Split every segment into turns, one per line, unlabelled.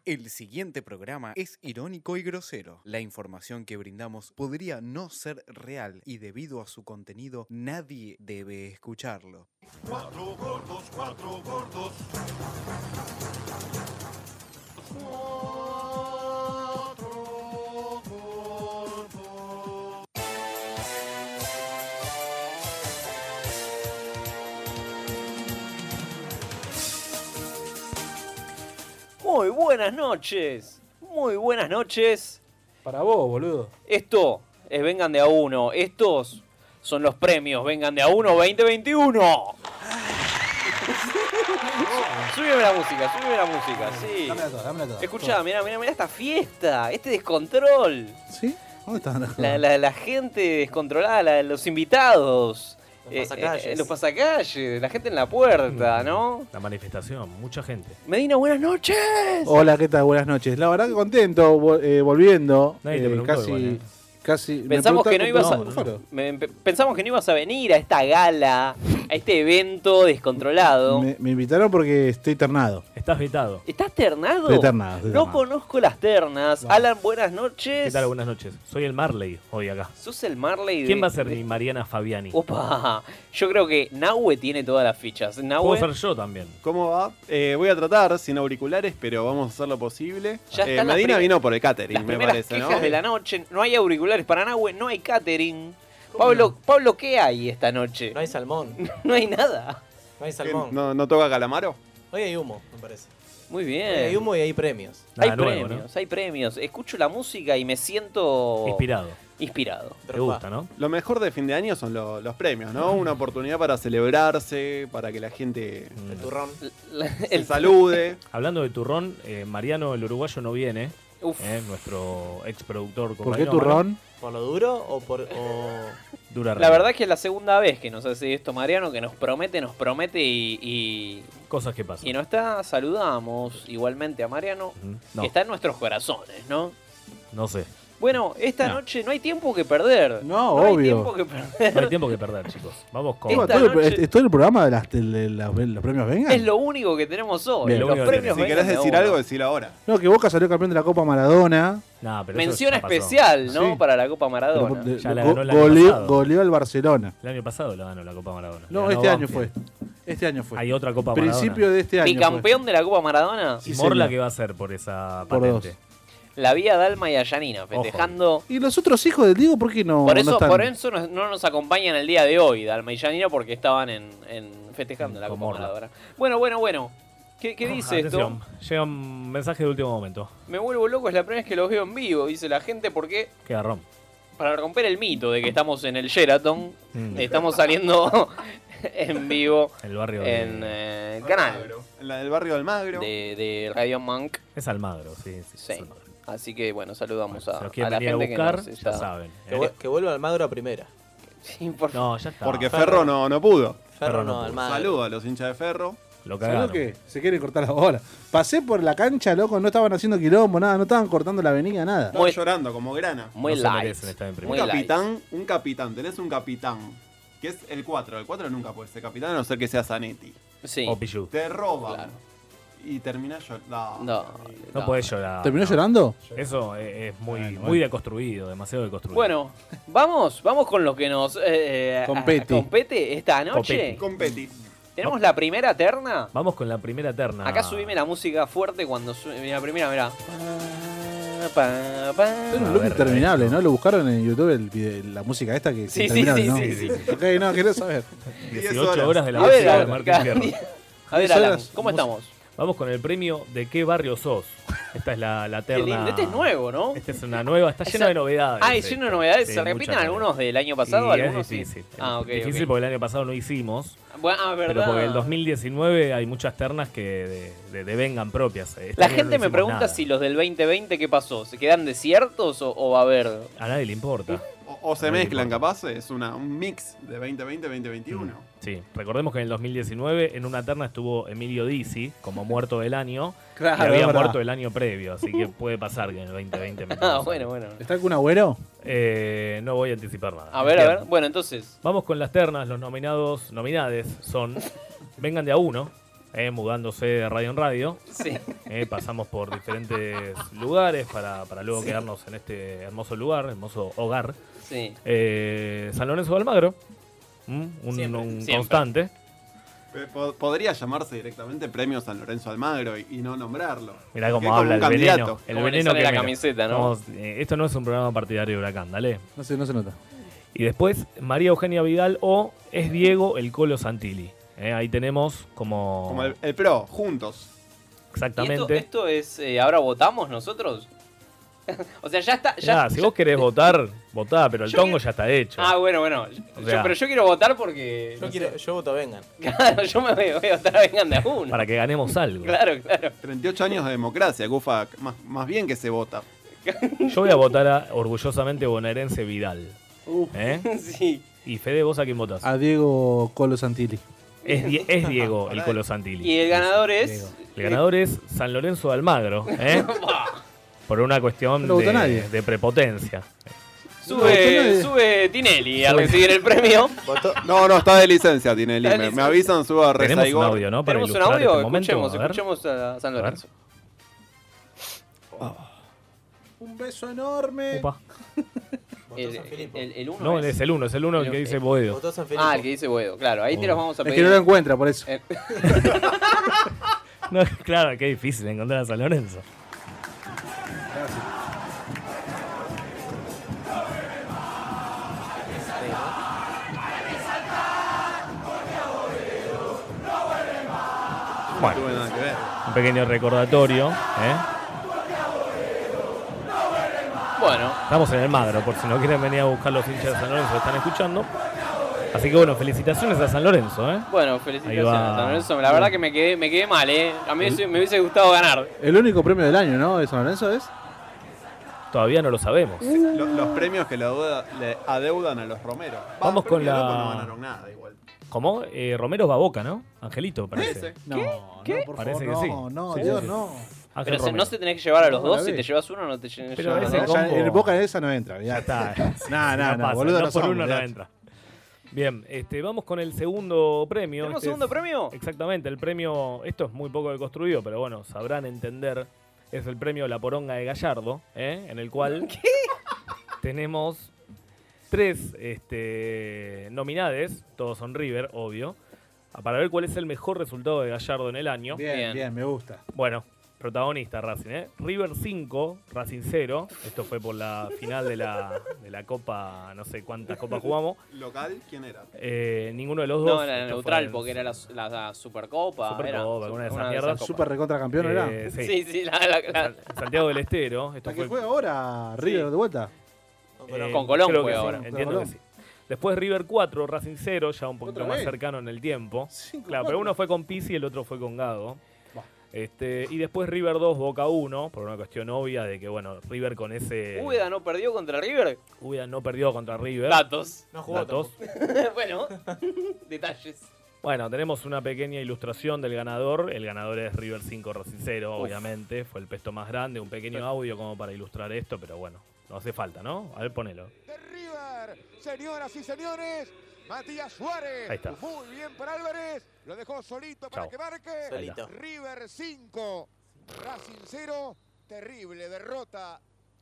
El siguiente programa es irónico y grosero. La información que brindamos podría no ser real y debido a su contenido nadie debe escucharlo.
Cuatro gordos, cuatro gordos. Cuatro gordos.
Muy buenas noches. Muy buenas noches.
Para vos, boludo.
Esto es Vengan de a Uno. Estos son los premios Vengan de a Uno 2021. Súbeme la música, sí.
Dámela toda.
Escuchá, mirá esta fiesta, este descontrol.
¿Sí? ¿Dónde están?
La gente descontrolada, los invitados.
Los pasacalles.
Los pasacalles, la gente en la puerta, ¿no?
La manifestación, mucha gente.
Medina, buenas noches.
Hola, ¿qué tal? Buenas noches. La verdad que contento, volviendo.
Nadie te preguntó
casi,
igual, ¿eh?
casi.
Pensamos que no ibas a...
Faro.
Pensamos que no ibas a venir a esta gala, a este evento descontrolado.
Me invitaron porque estoy ternado.
Estás vetado.
¿Estás ternado?
Estoy ternado.
No
ternado.
conozco las ternas.
No.
Alan, buenas noches.
¿Qué tal? Buenas noches. Soy el Marley hoy acá.
¿Sos el Marley de...
¿Quién va a ser mi Mariana Fabiani?
Opa, yo creo que Nahue tiene todas las fichas.
Puedo
Nahue,
ser yo también.
¿Cómo va? Voy a tratar sin auriculares, pero vamos a hacer lo posible.
Ya están las
Medina vino por el
las
catering, me
primeras
parece, ¿no?
quejas de la noche. No hay auriculares para Nahue, no hay catering. Pablo, ¿qué hay esta noche?
No hay salmón.
No hay nada.
No hay
¿Qué?
salmón.
¿No toca calamaro?
Hoy hay humo, me parece.
Muy bien.
Hoy hay humo y hay premios.
Hay
Nada nuevo,
premios, hay premios. Escucho la música y me siento...
Inspirado.
Inspirado.
Te gusta, ¿no?
Lo mejor de fin de año son los premios, ¿no? Una oportunidad para celebrarse, para que la gente
El turrón.
se salude.
Hablando de turrón, Mariano el uruguayo no viene.
Uf.
Nuestro ex productor.
¿Por qué turrón?
¿Por lo duro o por dura
La verdad que es la segunda vez que nos hace esto Mariano, que nos promete y
cosas que pasan.
no está. Saludamos igualmente a Mariano,
No,
que está en nuestros corazones, ¿no?
no sé.
Bueno, esta
No.
noche no hay tiempo que perder.
No,
hay
obvio.
tiempo que perder.
No hay tiempo que perder, chicos. Vamos con...
Esta noche-
¿Es todo el programa de los premios Vengan?
Es lo único que tenemos hoy.
Bien.
Los
Lo único que
premios
Si
Vengan
querés
de a
decir
Uno.
algo, decilo ahora.
No, que Boca salió campeón de la Copa Maradona.
Nah, pero
Mención
eso ya pasó.
especial, ¿no?
Sí.
Para la Copa Maradona.
Pero,
Ya la ganó el año
goleó,
pasado.
goleó al Barcelona.
El año pasado la ganó la Copa Maradona.
No,
Le ganó
este año
Banfield.
fue. Este año fue.
Hay otra Copa Maradona.
Principio de este año.
Bicampeón de la Copa Maradona.
Sí,
¿Y Morla
señor.
qué va a hacer por esa
Por
patente?
dos.
La vía Dalma y a Yanina festejando.
¿Y los otros hijos del Diego por qué no,
Por
no
eso,
están?
por eso no nos acompañan el día de hoy, Dalma y Yanina, porque estaban en festejando la
Con
Copa
Morla.
Maradona. Bueno. ¿Qué dice
Atención, llega un mensaje de último momento.
esto? Me vuelvo loco, es la primera vez que los veo en vivo, dice la gente, porque
Queda Rom.
para romper el mito de que estamos en el Sheraton,
Mm.
estamos saliendo en vivo
El barrio
en
de...
el canal
En la del barrio de Almagro.
de Radio Monk.
Es Almagro, sí.
Sí.
es Almagro.
Así que bueno, saludamos
Si nos
a
quieren
la
venir a
gente
buscar,
que nos
ya
está...
saben.
Que vuelva Almagro a primera.
Sí, por favor.
No, ya está.
Porque Ferro no pudo.
Ferro no,
no,
Almagro.
Saludo a los hinchas de Ferro.
Lo
¿Sabés
cagaron.
lo que? Se quieren cortar la bola. Pasé por la cancha, loco, no estaban haciendo quilombo, nada, no estaban cortando la avenida, nada.
Estaba
Muy-
llorando como grana.
Muy
No se
light.
merecen estar en
Un
Muy
primera.
light.
capitán, tenés un capitán. Que es el 4. El 4 nunca puede ser capitán a no ser que sea Zanetti.
Sí.
O Pichu.
Te roban.
Claro.
Y terminás llorando.
No podés llorar.
¿Terminó
no.
llorando?
Eso es muy,
Bueno,
muy deconstruido, demasiado deconstruido.
Bueno, vamos con lo que nos compete esta noche.
Competi.
Tenemos la primera terna.
Vamos con la primera terna.
Acá subime la música fuerte cuando la primera, mirá.
Es un
A
loop
ver,
interminable, ¿no? Lo buscaron en YouTube la música esta que es
Sí,
interminable,
sí,
¿no?
sí, sí.
Ok, no, querés saber.
18 horas de la
A ver,
música de
Alan,
Martín Fierro.
a ver,
10
Alan,
horas,
¿cómo estamos?
Vamos con el premio de qué barrio sos. Esta es la
Qué lindo.
terna.
Este es nuevo, ¿no?
Esta es una nueva, está llena de novedades.
Ah, es lleno de novedades.
Sí,
¿Se
muchas
repiten
novedades.
algunos del año pasado?
Y
¿Algunos
es
sí?
difícil.
Ah, ok.
Difícil
ok.
porque el año pasado no hicimos.
Bueno,
Pero
verdad.
porque el 2019 hay muchas ternas que de vengan propias. Este
La
año no
gente me
hicimos
pregunta
nada.
si los del 2020, ¿qué pasó? ¿Se quedan desiertos o va a haber?
A nadie le importa.
O se mezclan capaz, es un mix de 2020-2021.
Sí, recordemos que en el 2019 en una terna estuvo Emilio Dizzi como muerto del año
Claro,
y había
es verdad.
muerto el año previo, así que puede pasar que en el 2020 me
Ah,
pase.
bueno.
¿Está algún agüero?
No voy a anticipar nada.
A ver. Bueno, entonces.
Vamos con las ternas, los nominades son Vengan de a Uno. mudándose de radio en radio.
Sí.
Pasamos por diferentes lugares para luego quedarnos en este hermoso lugar, hermoso hogar.
Sí.
San Lorenzo de Almagro, un
Siempre.
constante.
Podría llamarse directamente Premio San Lorenzo Almagro y no nombrarlo.
Mirá
Que
cómo
es como
habla
un
el veneno.
candidato.
El
Como le
veneno
sale
que
la
mira.
camiseta, ¿no?
Vamos, esto no es un programa partidario de Huracán, dale.
No se nota.
Y después María Eugenia Vidal o es Diego el Colo Santilli. Ahí tenemos
Como el PRO, juntos.
exactamente.
¿Y esto es, ahora votamos nosotros? O sea, ya está.
Ya, si vos querés votar, votá, pero el
Yo
tongo
quiero-
ya está hecho.
Bueno.
O sea-
Pero yo quiero votar porque.
Yo voto vengan.
Claro, yo me voy a votar a Vengan de a uno.
Para que ganemos algo.
Claro.
38 años de democracia, Gufa. Más bien que se vota.
Yo voy a votar a orgullosamente bonaerense Vidal.
Sí.
Y Fede, ¿vos a quién votás?
A Diego Colo Santilli.
Es Diego el Colo Santilli.
Y el ganador es.
Diego. El ganador es San Lorenzo de Almagro. Por una cuestión
No votó nadie.
de prepotencia.
Sube Tinelli a recibir el premio.
No, está de licencia, Tinelli.
Está de
Me avisan, subo a
Tenemos un
Rezaigor.
audio, ¿no? Para
Tenemos un
ilustrar
audio,
este momento.
escuchemos
A ver.
a San Lorenzo.
Un beso enorme.
Upa.
Votó San Filipo.
El uno
No, es el 1, el que dice Boedo.
Votó San Filipo.
el que dice Boedo, claro. Ahí te los vamos a
Es
pedir.
que no lo encuentra, por eso.
No, claro, qué difícil encontrar a San Lorenzo.
No
Bueno,
tuve nada que ver.
un pequeño recordatorio.
Bueno,
Estamos en el Magro, por si no quieren venir a buscar los hinchas de San Lorenzo que están escuchando. Así que bueno, felicitaciones a San Lorenzo.
bueno, felicitaciones
Ahí va.
a San Lorenzo. La verdad que me quedé mal, A mí me hubiese gustado ganar.
El único premio del año, ¿no? De San Lorenzo es.
Todavía no lo sabemos.
Los premios que le adeudan a los Romeros.
Vamos con
premio
la-
no ganaron nada igual.
¿Cómo? Romero va a Boca, ¿no? Angelito, parece.
No,
¿Qué?
no, por
Parece
favor,
que
no,
sí.
no,
Sí,
Dios,
sí, sí.
no.
Ángel
Pero
Romero.
no se tenés que llevar a los
No,
dos.
la
Si
ve.
te llevas uno, no te llevas
Pero
a los
ese
dos.
combo-
El Boca de esa no entra,
Ya está.
No,
pasa,
boludo,
dos
no
por
somos,
uno no
olvidate.
entra. Bien, vamos con el segundo premio.
¿Tenemos
Este
segundo
es-
premio?
Exactamente, el premio, esto es muy poco deconstruido, pero bueno, sabrán entender, es el premio La Poronga de Gallardo, en el cual tenemos 3 nominades, todos son River, obvio, para ver cuál es el mejor resultado de Gallardo en el año.
Bien, bien, me gusta.
Bueno, protagonista Racing, River 5, Racing 0. Esto fue por la final de la Copa, no sé cuántas copas jugamos.
¿Local? ¿Quién era?
Ninguno de los dos.
No, era
Esto
neutral
fue-
porque era la Supercopa.
Supercopa, alguna de esas mierdas.
copas.
Super recontra campeón, ¿era?
Sí.
Sí,
Santiago del Estero. Esto
¿La que
fue
juega ahora River de vuelta?
Con Colón
creo
juega
que sí,
ahora.
Entiendo
Con
que sí. Después River 4, Racing 0, ya un poquito
¿Otra
más
vez?
cercano en el tiempo.
5-4.
Claro, pero uno fue con Pizzi y el otro fue con Gago.
Bah.
Y después River 2, Boca 1, por una cuestión obvia de que, bueno, River con ese...
Úbeda no perdió contra River.
Úbeda no perdió contra River.
Datos.
No jugó
Datos.
Bueno, detalles.
Bueno, tenemos una pequeña ilustración del ganador. El ganador es River 5, Racing 0, obviamente. Fue el pesto más grande. Un pequeño audio como para ilustrar esto, pero bueno, no hace falta, ¿no? A ver, ponelo.
De River, señoras y señores, Matías Suárez.
Ahí está.
Muy bien para Álvarez. Lo dejó solito para
Chao.
que marque.
Solito.
River 5, Racing 0. Terrible derrota.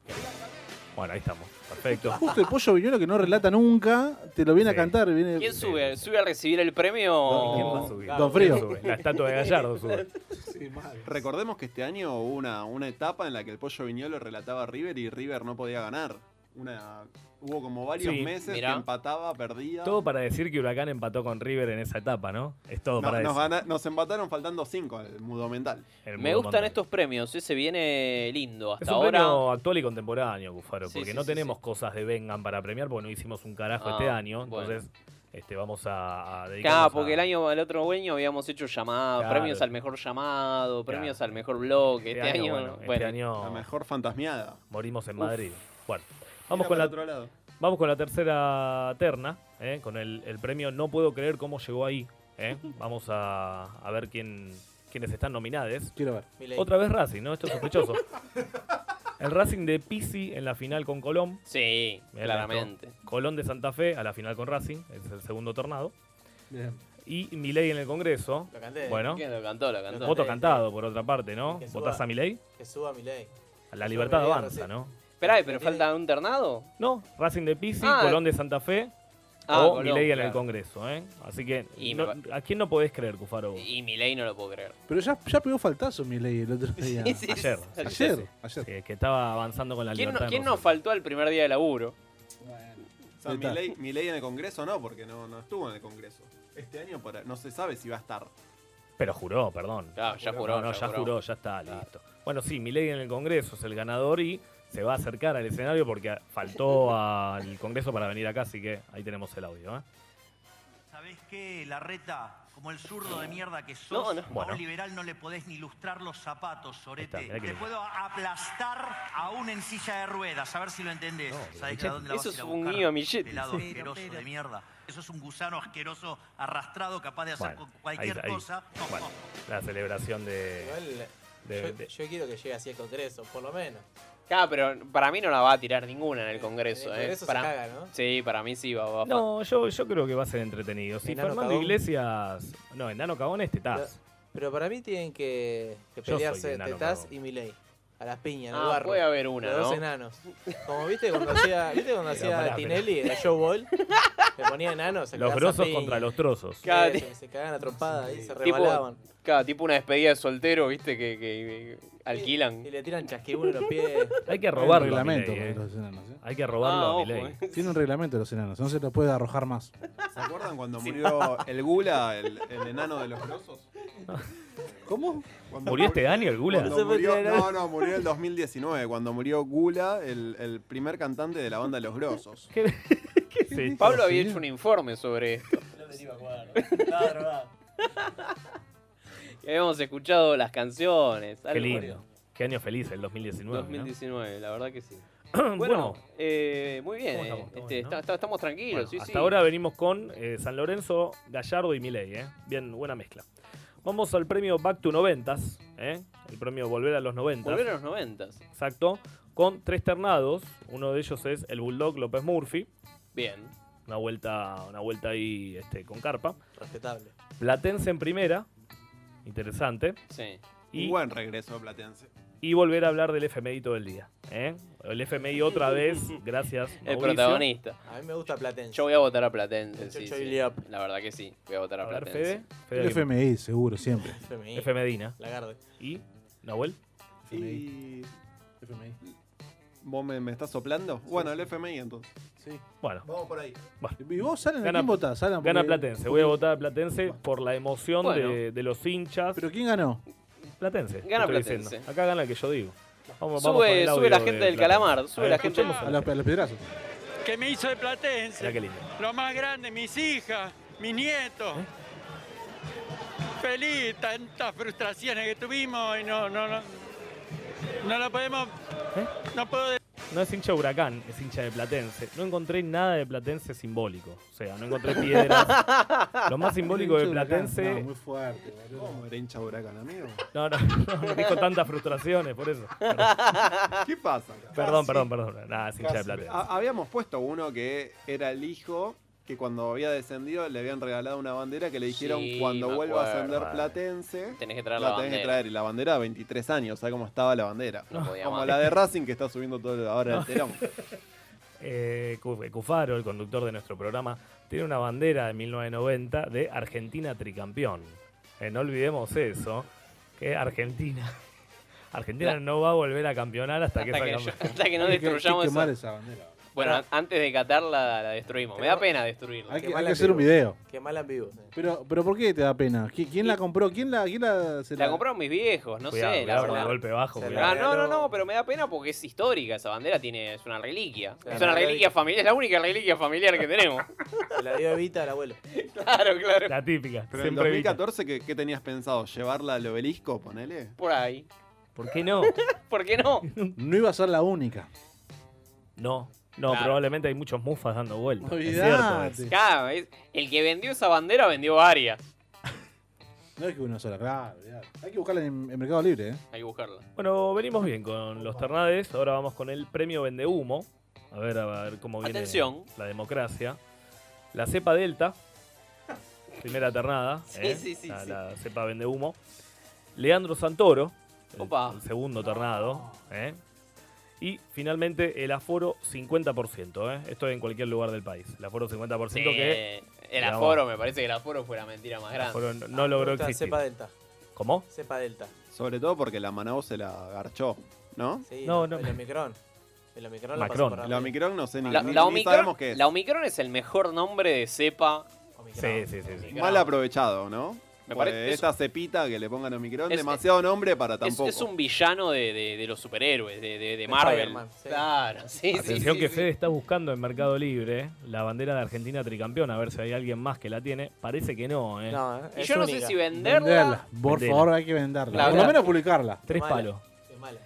Bueno, ahí estamos. Perfecto.
Justo el Pollo Viñuelo que no relata nunca, te lo viene
Sí.
a cantar. Viene...
¿Quién sube? ¿Sube a recibir el premio?
¿Quién va a subir?
Don Frío.
¿Quién sube? La estatua de Gallardo sube.
Recordemos que este año hubo una etapa en la que el Pollo Viñolo relataba a River y River no podía ganar. Hubo como varios
Sí,
meses
mirá.
que empataba, perdía.
Todo para decir que Huracán empató con River en esa etapa, ¿no? Es todo para decir.
Nos empataron faltando 5 al mudo mental.
El
Me
mundo
gustan
mental.
estos premios. Ese viene lindo.
Es
Hasta
un
ahora.
premio actual y contemporáneo, Cufaro,
Sí,
porque
sí,
no
sí,
tenemos
sí.
cosas de vengan para premiar, porque no hicimos un carajo
Ah,
este año.
bueno.
Entonces, vamos a dedicarnos
Claro, porque
a...
el otro año habíamos hecho llamados,
Claro.
premios al mejor llamado, premios
Claro.
al mejor bloque. Este año,
bueno,
bueno,
este año
La mejor fantasmeada.
morimos en
Uf.
Madrid. Bueno, vamos
Mira
con
para
la...
otro lado.
Vamos con la tercera terna, con el premio No Puedo Creer Cómo Llegó Ahí. Vamos a ver quiénes están nominados.
Quiero ver.
Milei.
Otra vez Racing, ¿no? Esto es sospechoso. El Racing de Pizzi en la final con Colón.
sí,
Mirá
claramente.
esto. Colón de Santa Fe a la final con Racing. Ese es el segundo tornado.
Bien.
y Milei en el Congreso.
Lo canté.
Bueno,
¿Quién lo cantó? Lo cantó.
voto cantado por otra parte, ¿no?
Que
¿Votás
suba.
a Milei?
Que suba Milei.
La libertad
Milei,
avanza,
Racing.
¿no?
Esperá, pero falta un ternado.
No, Racing de Pisi,
Ah.
Colón de Santa Fe
Ah,
o
Colón,
Milei en el
claro.
Congreso, ¿eh? Así que,
Y
no-
me
¿a quién no podés creer, Cufaro? vos?
Y Milei no lo puedo creer.
Pero ya pegó faltazo Milei el otro día.
Sí, sí,
Ayer.
sí.
Ayer.
Sí, que estaba avanzando con la
¿Quién,
libertad.
¿quién
en
nos
Rosario.
faltó al primer día de laburo?
O sea,
Ahí está.
Milei en el Congreso no, porque no estuvo en el Congreso. Este año no se sabe si va a estar.
Pero juró, perdón.
Claro, ya juró.
No, ya juró, ya está, listo. Bueno, sí, Milei en el Congreso es el ganador y se va a acercar al escenario porque faltó al Congreso para venir acá, así que ahí tenemos el audio, ¿eh?
¿Sabés qué, Larreta? Como el zurdo de mierda que sos,
No, no.
a
Bueno.
un liberal no le podés ni lustrar los zapatos, sorete.
Ahí está, mirá qué
Te
lindo.
puedo aplastar aún en silla de ruedas, a ver si lo entendés. ¿Sabés
Michel,
a dónde la vas
eso
a ir a
es un
buscar,
niño Michel.
pelado asqueroso de mierda? Eso es un gusano asqueroso arrastrado capaz de hacer
Bueno,
cualquier
ahí.
cosa.
Bueno, la celebración de...
Igual,
de-
yo quiero que llegue así al Congreso, por lo menos.
Claro, pero para mí no la va a tirar ninguna en el Congreso.
En el Congreso
para...
se caga, ¿no?
Sí, para mí sí va.
No, yo creo que va a ser entretenido. Si
Enano
Fernando
Cagón.
Iglesias... No, Enano Cagón es Tetaz.
Pero para mí tienen que
Yo soy
pelearse
enano,
Tetaz
cagón.
y Milei. A las piñas, en el
Ah,
barro.
puede haber una,
Los dos
¿no?
enanos. Como viste cuando hacía
pará,
Tinelli, era Joe Ball, le ponía enanos, se
Los
cagaban a
grosos
piña.
contra los trozos.
Cada-
Se cagaban a trompada y se
Tipo-
rebalaban.
Claro, tipo una despedida de soltero, ¿viste? Que alquilan.
Y le tiran chasquibún en los pies.
Hay que
Hay un
robarlo a
reglamento
Milei,
para
¿eh?
los enanos.
Hay que robarlo
Ah,
a
ojo,
Milei.
Tiene un reglamento de los enanos, no se lo puede arrojar más.
¿Se acuerdan cuando murió el Gula, el enano de los grosos?
¿Cómo?
Cuando
¿Murió este año el Gula?
cuando
No se puede
murió,
tirar nada.
no, murió en el 2019, cuando murió Gula, el primer cantante de la banda de los grosos.
¿Qué es esto?
Pablo había
señor?
hecho un informe sobre esto.
Estaba drogado.
Y habíamos escuchado las canciones.
Qué
algo.
lindo. Qué año feliz el 2019.
2019, la verdad que sí.
¿no?
Bueno, muy bien.
¿Cómo estamos? ¿Estamos bien, no?
Estamos tranquilos,
Bueno,
sí,
hasta
sí.
ahora venimos con San Lorenzo, Gallardo y Milei, ¿eh? Bien, buena mezcla. Vamos al premio Back to 90s, ¿eh? El premio Volver a los 90s.
Volver a los 90.
Exacto. Con 3 ternados. Uno de ellos es el Bulldog López Murphy.
Bien.
Una vuelta ahí con carpa.
Respetable.
Platense en primera. Interesante.
Sí.
Y,
Un buen regreso de Platense.
y volver a hablar del FMI todo el día. ¿eh? El FMI otra vez, gracias.
El
Mauricio.
protagonista.
A mí me gusta Platense.
Yo voy a votar a Platense,
El
sí,
Chocho
sí.
Iliap.
La verdad que sí. Voy a votar a
A ver,
Platense.
Fede.
El FMI, seguro, siempre.
FMI.
F Medina.
Lagarde.
¿Y Nahuel?
Y...
FMI.
¿Vos me estás soplando? Bueno, el FMI entonces.
Sí.
Bueno,
Vamos por ahí.
¿Y vos, Salan, a
Gana-
quién votás? Salan,
gana
porque-
Platense. Voy a votar a Platense por la emoción
Bueno.
de los hinchas.
¿Pero quién ganó?
Platense.
Gana
te estoy
Platense.
diciendo. Acá gana el que yo digo. Vamos con
Sube,
el
sube
audio
la
de
gente del
Platense.
calamar. Sube
A ver,
la gente.
escuchemos
A los piedrazos.
Que me hizo de Platense.
Mirá qué lindo.
Lo más grande, mis hijas, mis nietos. Feliz, tantas frustraciones que tuvimos y no lo podemos. No puedo
No es hincha de Huracán, es hincha de Platense. No encontré nada de Platense simbólico. O sea, no encontré piedras. Lo más simbólico de
No,
Platense.
muy fuerte, boludo.
¿Cómo era hincha de Huracán, amigo?
No dijo tantas frustraciones, por eso.
¿Qué pasa?
Perdón. Nada, es hincha de Platense.
Habíamos puesto uno que era el hijo que cuando había descendido le habían regalado una bandera que le dijeron
Sí,
cuando
me
vuelva a
acuerdo.
ascender Platense
Tenés que traer
la
la
tenés que
bandera.
traer. Y la bandera 23 años, ¿sabes cómo estaba la bandera?
No podía
Como
más.
la de Racing que está subiendo todo ahora el telón.
Cufaro, el conductor de nuestro programa, tiene una bandera de 1990 de Argentina tricampeón. No olvidemos eso, que Argentina no va a volver a campeonar hasta que sea campeón.
Hasta que no
Hay que
destruyamos
quemar
esa.
esa bandera.
Bueno, antes de Qatar la destruimos. Me da pena destruirla.
Hay
Qué
que
mala
hacer un
vivo.
video.
Qué mal en vivo.
Pero ¿por qué te da pena? ¿Quién la compró? ¿Quién la se
La compraron mis viejos, no
Cuidado,
sé, la
cuidado con el
verdad.
golpe bajo.
Se
cuidado.
la-
No, pero me da pena porque es histórica esa bandera, es una reliquia.
Se la
Es una
regaló
reliquia
Evita.
familiar, es la única reliquia familiar que tenemos.
Se la dio Evita al abuelo.
Claro.
La típica.
Pero en
siempre evita.
2014, ¿qué tenías pensado? ¿Llevarla al obelisco? Ponele.
Por ahí.
¿Por qué no?
¿Por qué no?
No iba a ser la única.
No,
Claro.
probablemente hay muchos mufas dando vueltas. Es cierto
Olvidate.
eso.
Claro, el que vendió esa bandera vendió varias.
No es que una sola, claro. olvidate. Hay que buscarla en Mercado Libre, ¿eh?
Hay que buscarla.
Bueno, venimos bien con los ternades. Ahora vamos con el premio Vendehumo. A ver cómo viene
Atención.
la democracia. La cepa Delta. primera ternada.
Sí.
La cepa vende humo. Leandro Santoro,
Opa.
el segundo ternado. Y finalmente el aforo 50%. Esto en cualquier lugar del país. El aforo 50%
Sí,
que...
el
digamos,
aforo, me parece que el aforo fue la mentira más
el
grande.
aforo no logró
Me gusta
existir.
Cepa Delta.
¿Cómo?
Cepa Delta.
Sobre todo porque la Manaus se la garchó, ¿no?
Sí,
No,
el Omicron. El Omicron
Macron.
lo pasó por
La
arriba.
Omicron no sé ni,
La
ni
Omicron,
sabemos qué es.
la Omicron es el mejor nombre de cepa.
Omicron.
Sí.
Mal aprovechado, ¿no?
Me
Pues
parece-
esta cepita que le pongan Omicron,
es-
demasiado nombre para tan poco.
Es un villano de los superhéroes, de Marvel.
Spider-Man, sí.
Claro, sí.
Atención que
sí.
Fede está buscando en Mercado Libre la bandera de Argentina tricampeón, a ver si hay alguien más que la tiene. Parece que no, ¿eh?
No,
Y
es
yo no
única.
sé si venderla.
Por
Vendela.
favor, hay que venderla.
La
Por lo
verdad.
menos publicarla.
3
mala.
palos.
Qué mala.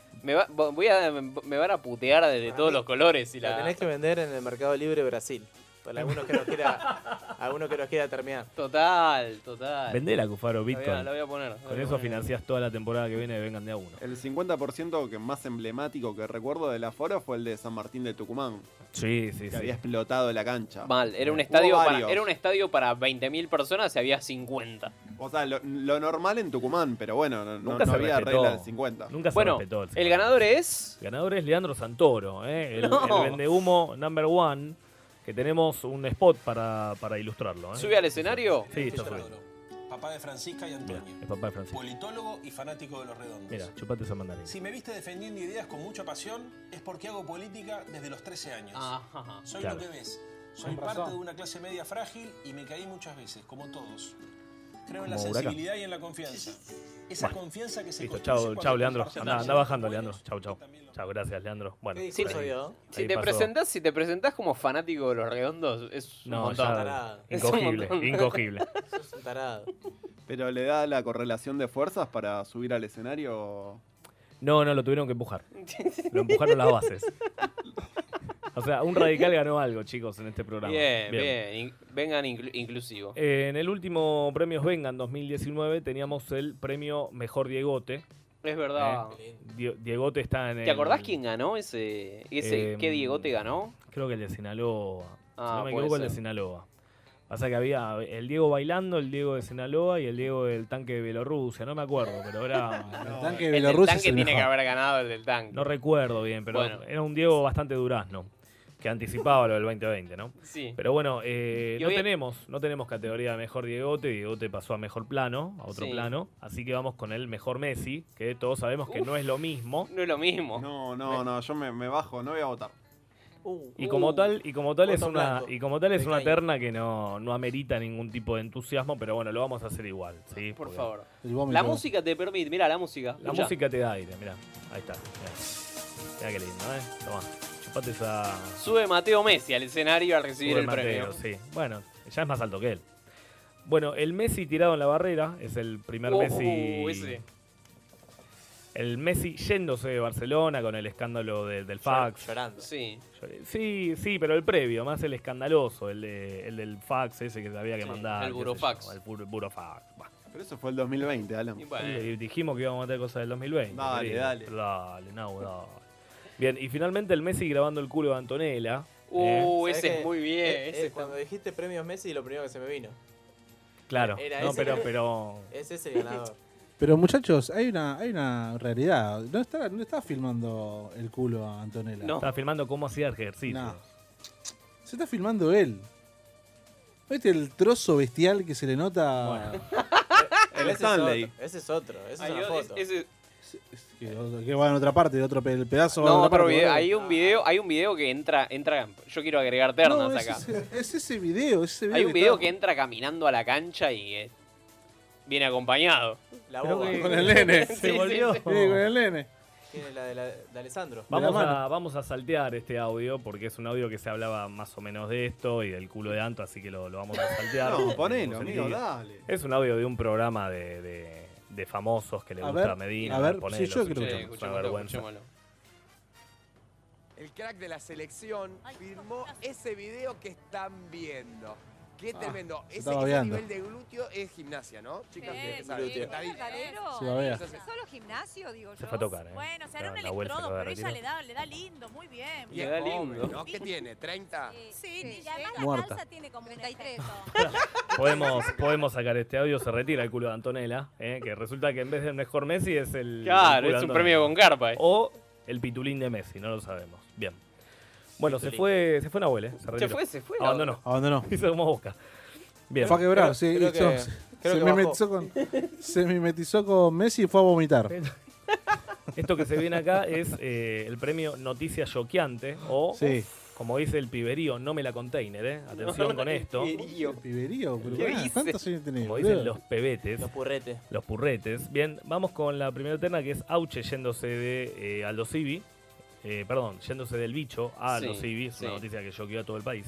Me van a putear de
Para
todos
mí,
los colores. Y
La
la...
tenés que vender en el Mercado Libre Brasil. Para alguno que nos quiera terminar.
Total.
Vendela, Cufaro, Bitcoin.
La voy a poner.
Con eso financiás toda la temporada que viene de Vengan de a uno.
El 50% que más emblemático que recuerdo del aforo fue el de San Martín de Tucumán,
Sí.
que había explotado la cancha.
Mal, era un
Hubo
estadio
varios.
para 20.000 personas y había 50.
O sea, lo normal en Tucumán, pero bueno, no
Nunca se
había
respetó.
regla del 50.
Nunca se
Bueno,
respetó el
el
50.
ganador es...
El ganador es Leandro Santoro, el
No.
vendehumo number one, que tenemos un spot para ilustrarlo.
¿Sube al escenario?
Sí, está subido.
Papá de Francisca y Antonio.
Mira, el papá de Francisco.
Politólogo y fanático de los redondos.
Mira, chupate esa mandarina.
Si me viste defendiendo ideas con mucha pasión, es porque hago política desde los 13 años.
Ajá.
Soy
Claro.
lo que ves. Soy
Con
parte
razón.
de una clase media frágil y me caí muchas veces, como todos. Creo en la
Como Huracán.
sensibilidad y en la confianza. Esa
Bueno.
confianza que se
Listo,
construye
chao,
cuando
Leandro.
compartimos
Anda bajando,
buenos
Leandro. Chau.
y también los
Chao, gracias, Leandro. Bueno,
¿Qué discurso
ahí-
dio?
Si
ahí
te,
pasó.
presentás como fanático de los redondos, es un
No,
montón.
ya,
Tarado.
Es un
incogible,
montón.
incogible.
Sos un tarado.
Pero le da la correlación de fuerzas para subir al escenario.
No, lo tuvieron que empujar. Lo empujaron las bases. O sea, un radical ganó algo, chicos, en este programa.
Bien. Vengan inclusivo.
En el último Premios Vengan 2019 teníamos el premio Mejor Diegote.
Es verdad.
Diegote está en el...
¿Te acordás quién ganó ese qué Diegote ganó?
Creo que el de Sinaloa. Si no me
puede
equivoco, el de
ser.
Sinaloa. Pasa que había el Diego bailando, el Diego de Sinaloa y el Diego del tanque de Bielorrusia. No me acuerdo, pero era...
El tanque de
El del
Bielorrusia
tanque
es el
tiene que
mejor.
haber ganado el del tanque.
No recuerdo bien, pero
Bueno.
era un Diego bastante durazno, que anticipaba lo del 2020, ¿no?
Sí.
Pero bueno, no
hoy-
tenemos categoría de Mejor Diegote. Diegote pasó a Mejor Plano, a otro
Sí.
plano. Así que vamos con el Mejor Messi, que todos sabemos que no es lo mismo.
No es lo mismo.
No, yo me bajo, no voy a votar.
Y como tal es
Voto
una
blanco.
una terna que no amerita ningún tipo de entusiasmo, pero bueno, lo vamos a hacer igual, ¿sí?
Por
Porque
favor.
El vómito.
La música te permite, mira la música.
La
escuchá.
música te da aire, mirá. Ahí está. Mirá qué lindo, Tomá. Chupate esa.
Sube Mateo Messi al escenario a recibir
Sube
el premio.
Mateo, sí. Bueno, ya es más alto que él. Bueno, el Messi tirado en la barrera es el primer Messi.
Ese.
El Messi yéndose de Barcelona con el escándalo del fax.
Llorando.
Sí.
Sí, pero el previo, más el escandaloso, el del fax ese que había que
Sí,
mandar.
el
qué sé
burofax.
yo, el burofax. Bah.
Pero eso fue el 2020, Alan.
Y bueno.
Y dijimos que íbamos a meter cosas del 2020.
Dale,
querido.
dale.
Dale, dale. Bien, y finalmente el Messi grabando el culo de Antonella.
¿Sabés
Ese
qué?
es muy bien. Ese está-
Cuando dijiste premios Messi, lo primero que se me vino.
Claro,
Era
no,
ese.
pero
Es ese el ganador.
Pero muchachos, hay una realidad. No está filmando el culo a Antonella.
No.
estaba filmando cómo hacía ejercicio.
No. Se está filmando él. ¿Viste el trozo bestial que se le nota?
Bueno.
El Stanley.
Ese es otro. Esa
Hay
es una
o-
foto.
ese-
Que va en otra parte, de otro el pedazo. va en
no,
otra
otro
parte,
video.
boludo.
Hay un video que entra. Yo quiero agregar ternas
No,
acá.
es ese video.
Hay un video que entra caminando a la cancha y viene acompañado.
La
Creo
boba.
que-
Con el nene.
Se
Sí,
volvió.
Sí, con el nene.
Tiene la de Alessandro.
Vamos a saltear este audio porque es un audio que se hablaba más o menos de esto y del culo de Anto, así que lo vamos a saltear.
No,
Tenemos
ponelo,
el
amigo,
vídeo.
dale.
Es un audio de un programa de famosos que le
A
gusta
ver,
a Medina.
a ver,
ponelo,
sí, yo
si
creo
querés,
que-
es una vergüenza.
El crack de la selección firmó ese video que están viendo. Qué tremendo.
se
Ese
está babeando.
nivel de glúteo es gimnasia, ¿no? Chicas, que saben.
glúteo.
Está bien.
Se babea.
Solo gimnasio, digo yo.
Se fue a tocar, ¿eh?
Bueno, será un
La vuelta se
electrodo,
lo va a
pero ella
retirar.
le da lindo, muy bien.
Bien,
Le da
joven,
lindo.
¿no? ¿Qué tiene? ¿30?
Sí,
Y además la
Muerta.
calza tiene como 33.
Podemos sacar este audio, se retira el culo de Antonella, que resulta que en vez de un mejor Messi es el.
Claro,
el culo
es
de
un
Antonella.
premio con carpa.
O el pitulín de Messi, no lo sabemos. Bien. Bueno, se fue Nahuel, se retiró.
Se fue.
Abandonó.
Abandonó.
Hizo como Boca. Bien.
Fue a quebrar,
Creo-
sí.
creo que-
hizo-
creo
se,
que
mimetizó con, se mimetizó con Messi y fue a vomitar.
Esto que se viene acá es el premio Noticia Choqueante o,
Sí.
como dice el piberío, no me la container, Atención con esto.
El piberío, pero
¿Qué
bueno,
dice?
¿cuántos años tenés?
Como
boludo?
dicen los pebetes,
Los purretes.
los purretes. Bien, vamos con la primera terna que es Auche yéndose de Aldo Civi. Yéndose del bicho a Aldo
Sí,
Civi. Es
sí.
una noticia que choqueó a todo el país.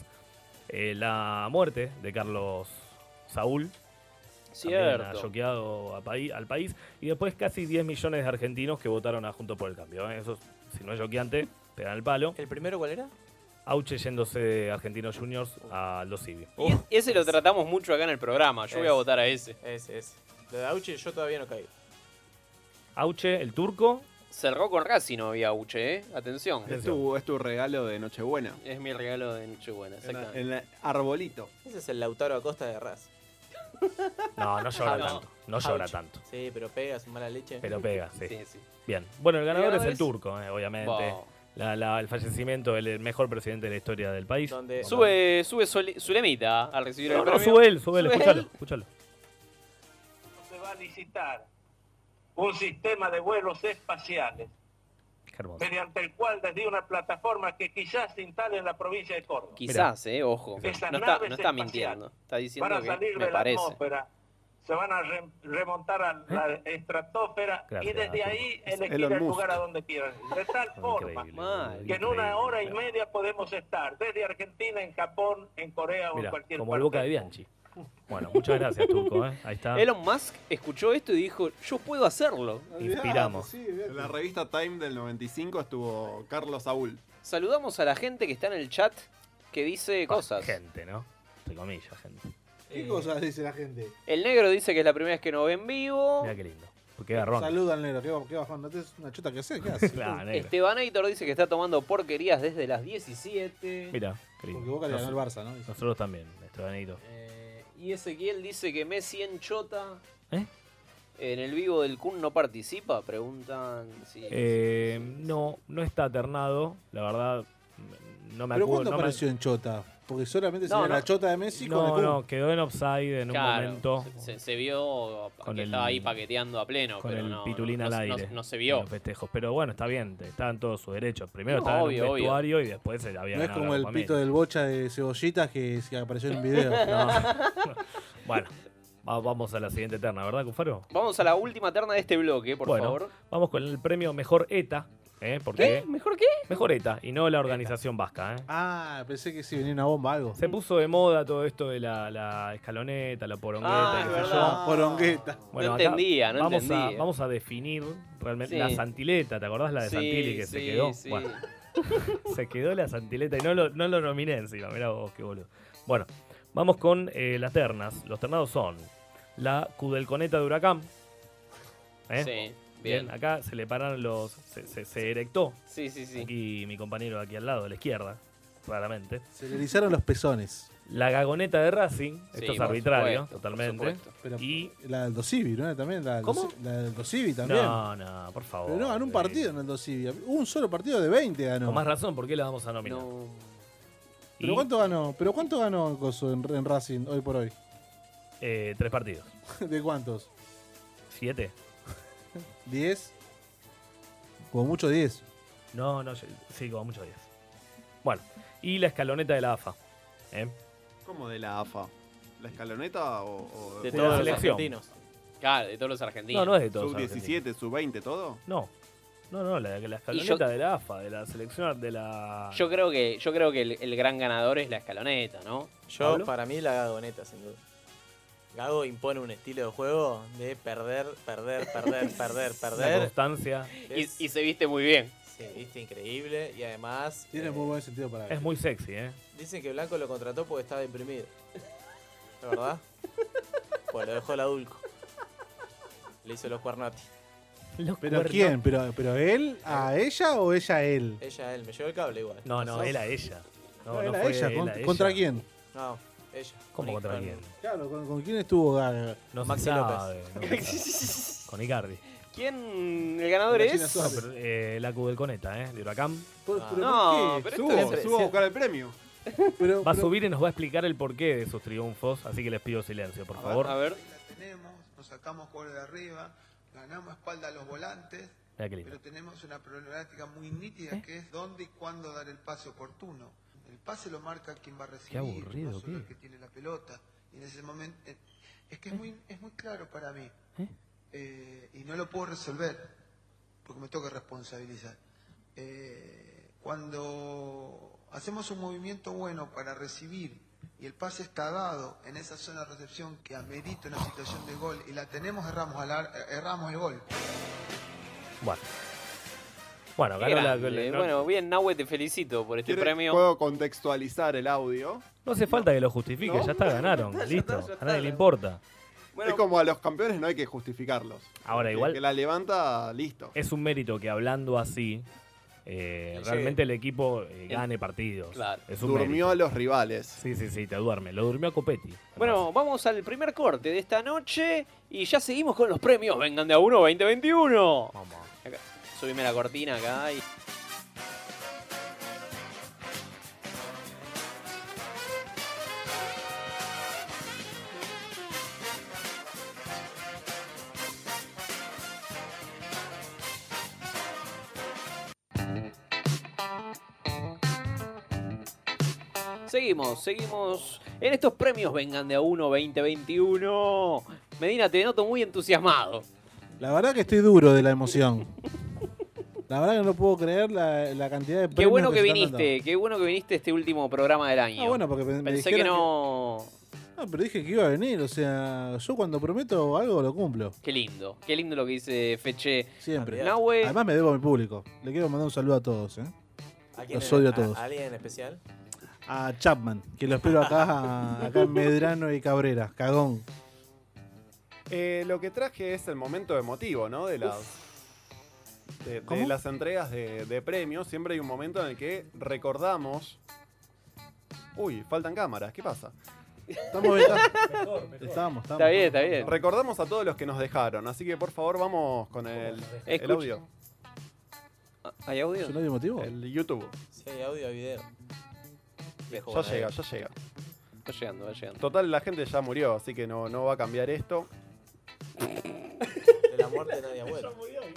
La muerte de Carlos Saúl. También ha
Cierto.
choqueado al país. Y después casi 10 millones de argentinos que votaron a Juntos por el Cambio. Eso, si no es choqueante, pegan el palo.
¿El primero cuál era?
Auche yéndose de Argentinos Juniors a Aldo Civi.
Y ese lo tratamos mucho acá en el programa. Yo voy a votar a ese.
Ese. Lo de Auche yo todavía no caí.
Auche, el turco.
Cerró con Racing, no había Uche, ¿eh? Atención.
Es tu regalo de Nochebuena.
Es mi regalo de Nochebuena, exactamente.
En el arbolito.
Ese es el Lautaro Acosta de Raz.
No llora
No.
tanto. No llora
Auche.
tanto.
Sí, pero pega su mala leche.
Pero pega, sí.
Sí, sí.
Bien. Bueno, el ganador es el
ganador es-
turco, obviamente.
Wow.
El fallecimiento del mejor presidente de la historia del país.
Donde
Sube Zulemita al recibir el
No,
premio.
sube él,
Sube
escúchalo.
Se va a licitar un sistema de vuelos espaciales
Qué hermoso.
mediante el cual desde una plataforma que quizás se instale en la provincia de Córdoba.
Quizás, ojo.
Esas
No está
naves
mintiendo. Está
van
diciendo
a
que
salir
me
de la
parece.
atmósfera, se van a remontar a la estratosfera
Gracias,
y desde
Arturo.
ahí elegir
Elon
el
Musk.
lugar a donde quieran. De tal forma
Increíble.
Mal.
que en una hora y media podemos estar desde Argentina, en Japón, en Corea o en
Mira,
cualquier
como el
parte.
Boca de Bianchi. Bueno, muchas gracias, turco. Ahí está.
Elon Musk escuchó esto y dijo, yo puedo hacerlo.
Inspiramos.
En la revista Time del 95 estuvo Carlos Saúl.
Saludamos a la gente que está en el chat que dice cosas.
Gente, ¿no? Entre comillas, gente.
¿Qué cosas dice la gente?
El negro dice que es la primera vez que nos ve en vivo.
Mira qué lindo. Porque garrón.
Saluda al negro, ¿qué bajón? ¿No tenés una chota que hacer? ¿Qué haces?
Claro, negro.
Estebanator dice que está tomando porquerías desde las 17.
Mira, qué lindo.
Porque Boca le ganó al Barça, ¿no?
Nosotros también, Estebanito.
Y Ezequiel dice que Messi en Chota.
¿Eh?
En el vivo del Kun no participa. Preguntan si.
No está ternado. La verdad, no me
¿Pero
acuerdo.
cuándo
no me-
apareció en Chota? Porque solamente se
No,
ve
no.
la chota de Messi con el
No,
Kun.
no, quedó en offside en un
Claro,
momento.
se vio
Con
que
el-
estaba ahí paqueteando a pleno.
Con
pero
el
no,
pitulín
no,
al
no-
aire.
no se
en
vio.
los festejos. Pero bueno, está bien, está en todos sus derechos. Primero
No,
estaba
obvio,
en un
obvio.
vestuario y después se había
No es
ganado
como
la
el
Copa
pito
América.
del bocha de cebollitas que apareció en un video.
No. Bueno, vamos a la siguiente terna, ¿verdad, Cufaro?
Vamos a la última terna de este bloque, por
Bueno,
favor.
vamos con el premio Mejor ETA. Porque
¿Qué? ¿Mejor qué?
Mejor ETA y no la organización vasca.
Ah, pensé que sí venía una bomba algo.
Se puso de moda todo esto de la escaloneta, la porongueta,
Ah,
qué
es
sé
verdad.
yo.
Porongueta.
Bueno,
No
acá
entendía, no
vamos
entendía.
vamos a definir realmente
Sí.
la santileta. ¿Te acordás la de
Sí,
Santilli que se
sí,
quedó?
sí.
Bueno, se quedó la santileta y no lo nominé encima. Mirá vos, qué boludo. Bueno, vamos con las ternas. Los ternados son la Kudelconeta de Huracán.
Sí, bien.
Acá se le pararon los... Se erectó.
Sí, sí, sí.
Aquí mi compañero aquí al lado, a la izquierda, claramente.
Se le erizaron los pezones.
La gagoneta de Racing,
Sí,
esto es
por
arbitrario,
supuesto,
totalmente.
por supuesto.
Pero
Y
la del Dosivi, ¿no? También la del
¿Cómo?
La del Dosivi también.
no, por favor.
Pero no ganó un partido en el Dosivi. Un solo partido de 20 ganó.
Con más razón, ¿por qué la vamos a nominar?
No.
¿Pero
Y,
cuánto ganó Coso en Racing hoy por hoy?
3 partidos.
¿De cuántos?
7.
¿10? Como mucho 10.
No, sí, como mucho 10. Bueno, y la escaloneta de la AFA.
¿Cómo de la AFA? ¿La escaloneta o
De
De
todos
la
los
selección.
argentinos.
Claro, de todos los argentinos.
No es de todos. los
¿Sub-17, sub-20, todo?
argentinos. No, la escaloneta
Y yo-
de la AFA, de la selección, de la...
Yo creo que el gran ganador es la escaloneta, ¿no?
Yo,
¿Pablo?
para mí, la Gagoneta, sin duda. Gago impone un estilo de juego de perder.
La constancia.
Y se viste muy bien.
Sí, viste, increíble. Y además,
Tiene muy buen sentido para
Es muy sexy,
dicen que Blanco lo contrató porque estaba deprimido. ¿De verdad? Pues lo dejó la Dulco. Le hizo los cuernati.
¿Pero quién? ¿Pero él a ella o ella a él?
Ella a él. Me llevó el cable igual.
No, él a ella.
No, él a
fue
ella.
él a ella.
¿Contra quién?
No, ella.
¿Cómo contra quién?
Claro, ¿con quién estuvo Gaga?
No
Maxi
se sabe,
López.
no se sabe. Con Icardi.
¿Quién? ¿El ganador es?
No, pero, la Q del Coneta, de Huracán.
No, pero
Subo a buscar el premio.
Va a subir y nos va a explicar el porqué de sus triunfos, así que les pido silencio, por favor.
A ver.
La tenemos, nos sacamos goles de arriba, ganamos espalda a los volantes,
Mira qué lindo.
pero tenemos una problemática muy nítida que es dónde y cuándo dar el pase oportuno. El pase lo marca quien va a recibir,
Qué aburrido,
no solo
¿qué?
el que tiene la pelota. Y en ese momento es que es muy claro para mí. Y no lo puedo resolver porque me toca responsabilizar. Cuando hacemos un movimiento bueno para recibir y el pase está dado en esa zona de recepción que amerita una situación de gol y la tenemos, erramos el gol.
Bueno,
Qué
ganó
grande. Bueno, bien, Nahue, te felicito por este premio.
¿Puedo contextualizar el audio?
No hace falta que lo justifique,
¿No?
ya está, ganaron. Listo, a nadie le importa.
Es como a los campeones no hay que justificarlos.
Ahora,
El
igual
que la levanta, listo.
es un mérito que hablando así, realmente el equipo gane partidos.
Claro.
Es un
Durmió
mérito.
a los rivales.
Sí, te duerme. Lo durmió a Copetti.
Bueno, vamos al primer corte de esta noche y ya seguimos con los premios Vengan de a uno 2021.
Vamos.
Acá, subime la cortina acá y... Seguimos en estos premios Vengan de a uno 2021. Medina, te noto muy entusiasmado.
La verdad que estoy duro de la emoción. La verdad que no puedo creer la cantidad de premios
Qué bueno que
se están
viniste, qué bueno que viniste a este último programa del año.
dando. Ah, bueno, porque me
Pensé
dijeron
que no...
No, pero dije que iba a venir, o sea, yo cuando prometo algo lo cumplo.
Qué lindo lo que dice Feche.
Siempre.
Nahue.
Además me debo a mi público. Le quiero mandar un saludo a todos,
¿A quién
Los odio a todos.
¿A alguien en especial?
A Chapman, que lo espero acá en Medrano y Cabrera, cagón.
Lo que traje es el momento emotivo, ¿no? De las entregas de premios. Siempre hay un momento en el que recordamos. Uy, faltan cámaras, ¿qué pasa?
Estamos bien.
Estamos. Está bien.
Recordamos a todos los que nos dejaron, así que por favor vamos con el audio.
¿Hay audio?
¿Es un audio emotivo?
El YouTube.
Sí, hay audio y video. Viejo
Ya
ganadero.
llega.
Va llegando.
Total, la gente ya murió, así que no va a cambiar esto.
De la muerte nadie ha vuelto.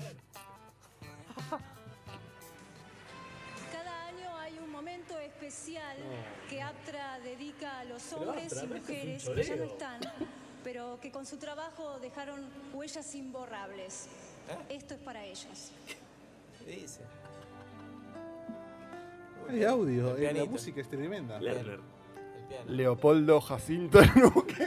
Cada año hay un momento especial que APTRA dedica a los hombres y mujeres que ya no están, pero que con su trabajo dejaron huellas imborrables. Esto es para ellos.
¿Qué dice?
Hay audio,
El
la
pianito.
música es tremenda.
El piano.
Leopoldo Jacinto Luque.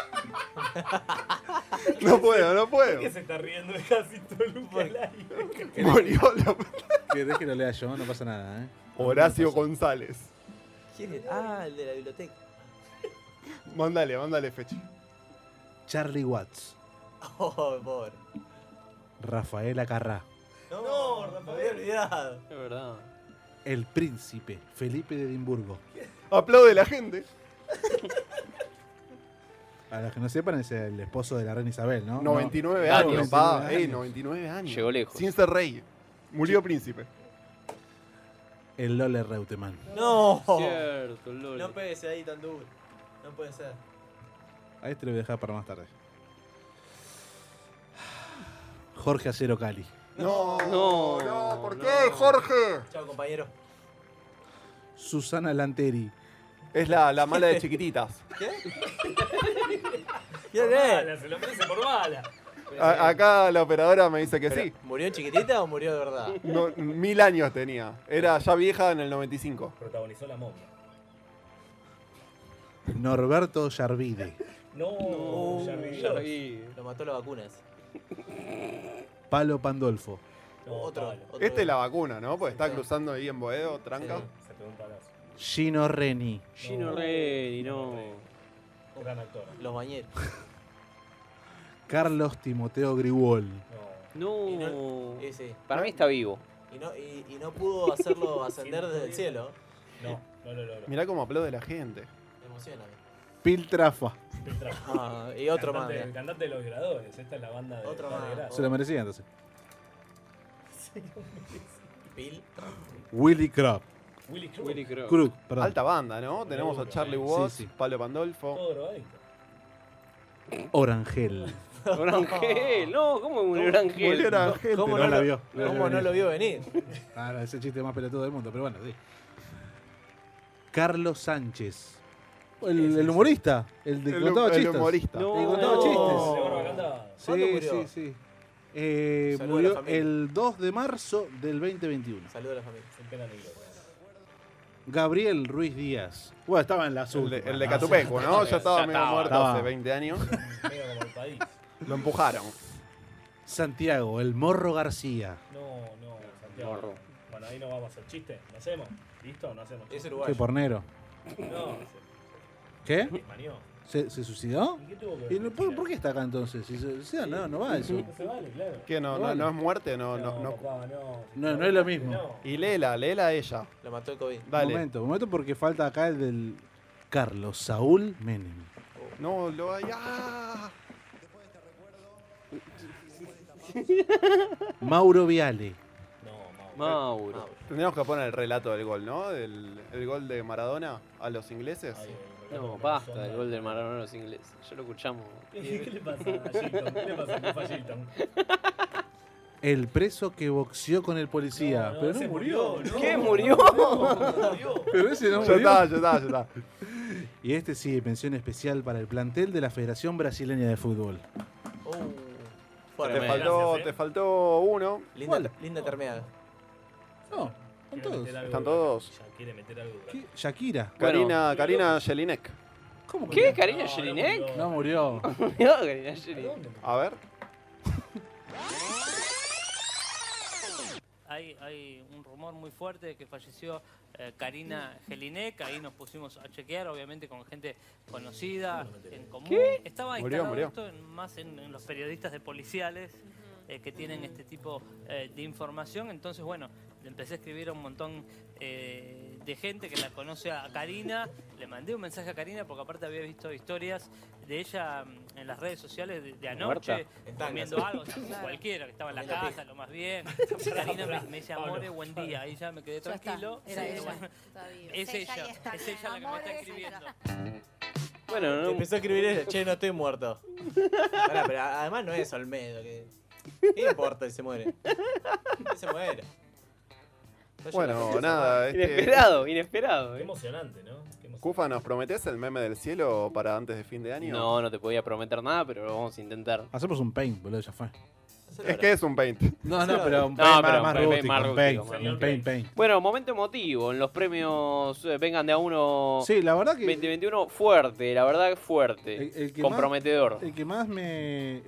No puedo.
¿Por qué se está riendo de Jacinto Luque al aire?
Murió Leopoldo.
¿Querés que lo lea yo? No pasa nada,
Horacio González.
¿Quién es? Ah, el de la biblioteca.
Mándale, Fechi.
Charlie Watts,
Oh, pobre.
Rafaela Carrá,
No, me había olvidado.
Es verdad.
el príncipe Felipe de Edimburgo.
Aplaude la gente.
A los que no sepan, es el esposo de la reina Isabel, ¿no?
99
No,
años,
99
pa.
años.
99 años.
Llegó lejos.
Sin ser rey. Murió príncipe.
El Lole Reutemann.
No.
Cierto, Lolo.
No pegues ahí tan duro. No puede ser.
A este lo voy a dejar para más tarde. Jorge Acero Cali.
No,
No.
¿por qué, Jorge?
Chao, compañero.
Susana Lanteri.
Es la mala de chiquititas.
¿Qué? ¿Quién es?
Se lo merece por bala.
Acá la operadora me dice que
Pero,
sí.
¿murió en chiquitita o murió de verdad?
No, 1000 años tenía. Era ya vieja en el 95.
Protagonizó La Momia.
Norberto Yarvide.
No,
Ya vi.
Lo mató la vacuna ese.
Palo Pandolfo.
Otro.
Este es la vacuna, ¿no? Pues está cruzando ahí en Boedo, tranca.
Se pegó un palazo.
Gino Reni.
Gino Reni, no.
Gran actor.
Los bañeros.
Carlos Timoteo Grigol.
No.
Sí.
Para mí está vivo.
Y no pudo hacerlo ascender desde el cielo.
No lo logró.
Mirá cómo aplaude la gente.
Me emociona.
Piltrafa.
Y otro más.
El cantante de Los Violadores. Esta es la banda de
Otro
Padre
más.
Gracia.
Se lo merecía entonces.
Pil.
Willy Crook.
Willy Crook.
Crook, perdón.
Alta banda, ¿no? Tenemos a Charlie Watts,
Sí, sí.
Pablo Pandolfo.
Todo drogadicto.
Orangel.
Orangel, no, ¿cómo murió Orangel?
Murió Orangel,
¿Cómo
pero
no
la
lo
vio.
¿Cómo no lo vio venir?
Ah, no, ese chiste más pelotudo del mundo, pero bueno, sí. Carlos Sánchez. El humorista. El de que contaba chistes.
humorista.
El que contaba
No.
chistes.
De barba candada.
¿Cuándo
Sí,
murió?
sí, sí.
Saludo a la
Murió
familia.
el 2 de marzo del 2021.
Saludos a la familia.
Sin pena ni gloria.
Gabriel Ruiz Díaz. Bueno, estaba en la azul.
El de Catupecu, ¿no? Ya estaba medio muerto
Estaba.
hace 20 años.
Medio como el país.
Lo empujaron.
Santiago, el Morro García.
No, Santiago.
Morro.
Bueno, ahí no vamos a hacer chiste. ¿Lo hacemos? ¿Listo? ¿No hacemos
Es
chiste?
Qué
uruguayo.
pornero.
No,
¿Qué?
manió.
¿Se suicidó?
¿Y qué tuvo que ver?
¿Y no, por qué está acá entonces? Si se suicida, no va eso.
No se vale, claro.
¿Qué? ¿No es muerte? No.
Papá, no.
No es lo mismo.
No.
Y léela a ella.
Lo mató el COVID.
Dale.
Momento porque falta acá el del Carlos Saúl Menem.
No, lo hay. ¡Ah!
Mauro Viale.
Mauro.
Tendríamos que poner el relato del gol, ¿no? El gol de Maradona a los ingleses.
No, basta del gol del Maradona a los ingleses. Ya lo escuchamos.
¿Qué le pasa a Gilton? ¿Qué le pasa a Mufa Gilton?
El preso que boxeó con el policía. Pero no
ese
murió.
¿no?
¿Qué? ¿Murió?
Pero ese no
Ya
murió.
está.
Y este sí, mención especial para el plantel de la Federación Brasileña de Fútbol.
Fuera.
Te faltó uno.
Linda terminada.
No, están todos.
Están todos.
Ya quiere meter algo.
¿Qué? Shakira.
Karina Jelinek.
¿Cómo que
¿Qué?
no?
¿Karina Jelinek?
No murió.
No, Karina Jelinek.
A ver.
Hay un rumor muy fuerte de que falleció Karina Jelinek. Ahí nos pusimos a chequear, obviamente con gente conocida, en común.
¿Qué?
Estaba
Murió,
instalado
murió.
esto más en los periodistas de policiales que tienen este tipo de información. Entonces, bueno, le empecé a escribir a un montón de gente que la conoce a Karina. Le mandé un mensaje a Karina porque aparte había visto historias de ella en las redes sociales de anoche,
¿Muerta?
comiendo algo, cualquiera, que estaba en la casa, lo más bien. Karina me dice, amore, buen día. Ahí ya me quedé
Ya está,
tranquilo.
era ella.
Bueno,
Está viva.
es ella
ya está.
la que me está escribiendo.
Bueno, no.
Empezó a escribir ella, che, no estoy muerto. Pará, pero además no es Olmedo. ¿Qué importa si se muere? Que se muere.
Bueno, nada.
Inesperado.
Qué emocionante, ¿no?
Cufa, ¿nos prometés el meme del cielo para antes de fin de año?
No te podía prometer nada, pero lo vamos a intentar.
Hacemos un paint, boludo, ya fue.
Es que es un paint.
No, pero un
No,
paint
pero
más
un paint
rústico,
más
un paint,
rústico,
un paint.
Bueno, momento emotivo en los premios Vengan de a uno
Sí, la verdad que
2021 fuerte, la verdad fuerte,
el que
comprometedor.
el que más me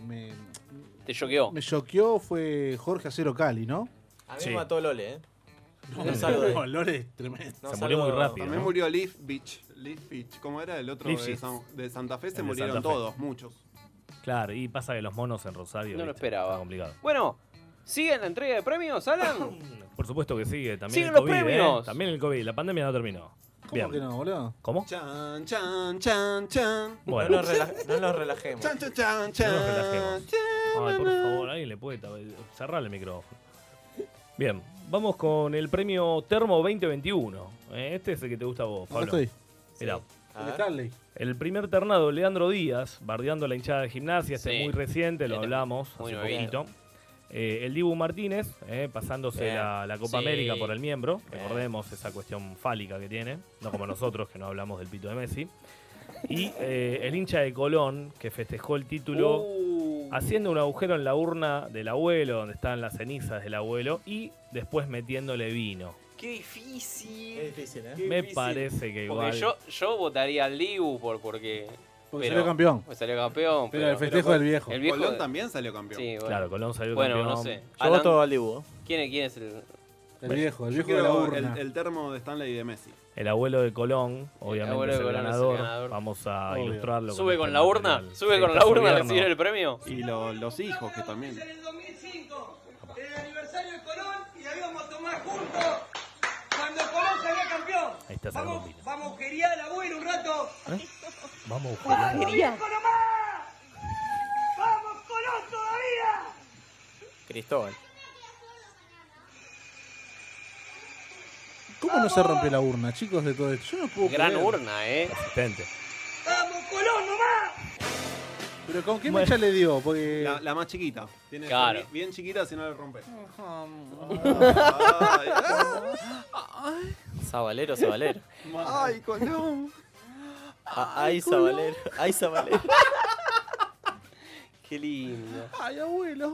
Te choqueó.
me choqueó fue Jorge Acero Cali, ¿no?
A mí me mató Lole, ¿eh?
No, Lole es tremendo.
No,
Se murió muy rápido.
También
¿no?
murió Leaf Beach. ¿Cómo era el otro
Leaf
de Santa Fe? Se
El de
murieron
Santa Fe.
todos, muchos.
Claro, y pasa que los monos en Rosario.
No lo
¿viste?
esperaba.
Está complicado.
Bueno, ¿siguen la entrega de premios, Alan?
Por supuesto que sigue. También
¡Siguen
el
los
COVID,
premios!
También el COVID. La pandemia no terminó.
¿Cómo
Bien.
que no, boludo?
¿Cómo?
Chan, chan, chan, chan.
Bueno.
No nos relajemos.
Chan, chan, chan,
No nos
chan.
relajemos. Ay, por favor, alguien le puede cerrar el micrófono. Bien, vamos con el premio Termo 2021. Este es el que te gusta a vos, Pablo.
Acá estoy.
Mirá.
El Stanley.
El primer ternado, Leandro Díaz, bardeando la hinchada de Gimnasia, este
Sí.
muy reciente, lo
Este
hablamos
muy
hace
nuevito.
poquito. El Dibu Martínez, pasándose
Bien.
la Copa
Sí.
América por el miembro.
Bien.
Recordemos esa cuestión fálica que tiene, no como nosotros que no hablamos del pito de Messi. Y el hincha de Colón, que festejó el título haciendo un agujero en la urna del abuelo, donde están las cenizas del abuelo, y después metiéndole vino.
¡Qué difícil!
Es difícil, ¿eh?
Me parece que igual.
Porque yo votaría al Dibu porque
Salió campeón.
Pues salió campeón.
Pero el festejo del viejo.
El viejo
Colón también salió campeón.
Sí, bueno.
Claro, Colón salió
Bueno,
campeón.
no sé.
Yo voto al Dibu.
¿Quién es el
El viejo
Yo
de la
quiero
urna.
el termo de Stanley de Messi.
El abuelo de Colón, obviamente
abuelo
es
de
el
Colón es el
ganador.
ganador.
Vamos a
Obvio.
ilustrarlo.
¿Sube
este
con la urna?
material.
¿Sube
Sí,
con
está
la urna a
subiendo.
recibir el premio?
Y los hijos que también.
En el 2005, el aniversario de Colón, y la íbamos a tomar juntos cuando Colón salía campeón.
Ahí está esa bombina.
Vamos a agujerear al abuelo un rato.
Vamos a
¡Vamos,
buscar.
viejo nomás! ¡Vamos, Colón todavía!
Cristóbal.
¿Cómo no se rompió la urna, chicos, de todo esto? Yo no puedo
Gran
creer.
urna,
Asistente.
¡Vamos, Colón nomás!
Pero ¿con qué
Bueno.
mecha le dio? Porque...
La más chiquita. Tiene que
Claro.
ser bien chiquita si no le rompe.
Sabalero, Sabalero.
Ay, Colón.
Ay, Sabalero. Ay, Sabalero.
Qué lindo.
Ay, abuelo.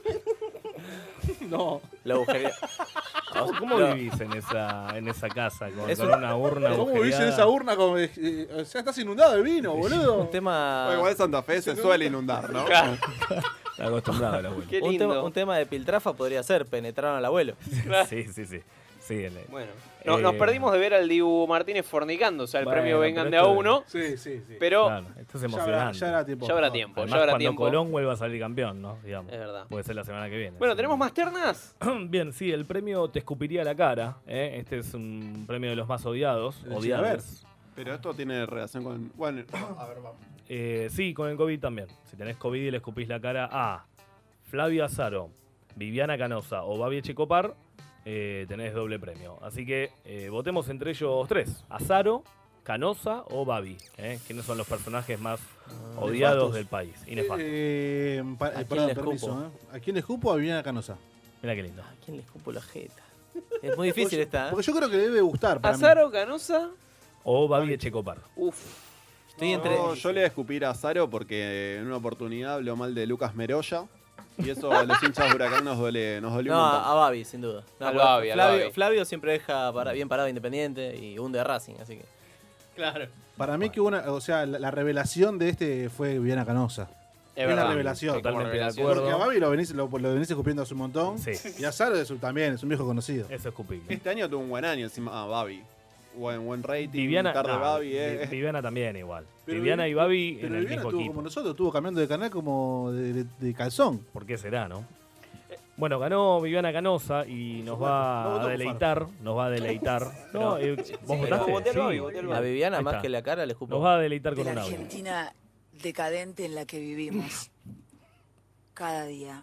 No.
La agujería.
¿Cómo
No.
vivís en esa casa con,
Es
con
un-
una urna
¿Cómo vivís en
agujereada?
esa urna? Como, o sea, estás inundado de vino, boludo.
Un tema.
Igual Santa Fe se suele inundar, ¿no?
Está acostumbrado el abuelo.
Qué
Un
lindo.
tema, un tema de piltrafa podría ser, penetraron al abuelo.
Sí, sí, sí. Sí,
Bueno, nos perdimos de ver al Dibu Martínez fornicando, o sea, el
Bueno,
premio Vengan
pero
de a
esto-
uno.
Sí, sí, sí.
Pero
Claro, esto es emocionante.
Ya habrá tiempo.
ya habrá tiempo,
Además,
ya habrá
cuando
tiempo.
Colón vuelva a salir campeón, ¿no? Digamos.
Es verdad.
Puede ser la semana que viene.
Bueno,
Sí.
¿tenemos más ternas?
Bien, sí, el premio Te escupiría la cara. Este es un premio de los más odiados.
El
Odiados.
Pero esto tiene relación con. Bueno, a ver, vamos.
Sí, con el COVID también. Si tenés COVID y le escupís la cara a Flavio Azaro, Viviana Canosa o Babi Echecopar, tenés doble premio. Así que votemos entre ellos tres. Azaro, Canosa o Babi. ¿Quiénes son los personajes más odiados
Nefastos.
del país? Y nefastos.
¿A quién
Perdón,
le
permiso.
escupo?
¿A quién le escupo? A Viviana Canosa.
Mira qué lindo.
¿A quién le escupo la jeta? Es muy difícil esta, ¿eh?
Porque yo creo que le debe gustar. Para mí.
Azaro, Canosa.
O Babi Echecopar.
Uf.
Estoy entre.
No, yo le voy a escupir a Zaro porque en una oportunidad habló mal de Lucas Meroya. Y eso a los hinchas de Huracán nos dolió
No,
un montón.
a Babi, sin duda. No,
Al
porque
Babi, al
Flavio,
Babi.
Flavio siempre deja bien parado Independiente y hunde a Racing, así que.
Claro.
Para mí que o sea, la revelación de este fue Viviana Canosa.
Es
la
verdad.
revelación.
Totalmente de
revelación.
acuerdo.
Porque a Babi lo venís escupiendo hace un montón.
Sí.
Y a Zaro también, es un viejo conocido.
Eso es escupible.
Este año tuvo un buen año encima. Ah, Babi. Buen rating.
Viviana,
tarde
no,
Babi,
Viviana también igual.
Pero
Viviana y Babi
Pero
en el
Viviana
mismo
estuvo
equipo.
como nosotros, estuvo cambiando de canal como de calzón.
¿Por qué será, no? Bueno, ganó Viviana Canosa y nos va a deleitar. Nos va a deleitar. No, ¿vos votaste?
voté al
Sí.
Babi, voté al Babi.
A Viviana,
Ahí
más
está.
que la cara, le escupo.
Nos va a deleitar con
de
un
la
audio.
Argentina decadente en la que vivimos. Cada día.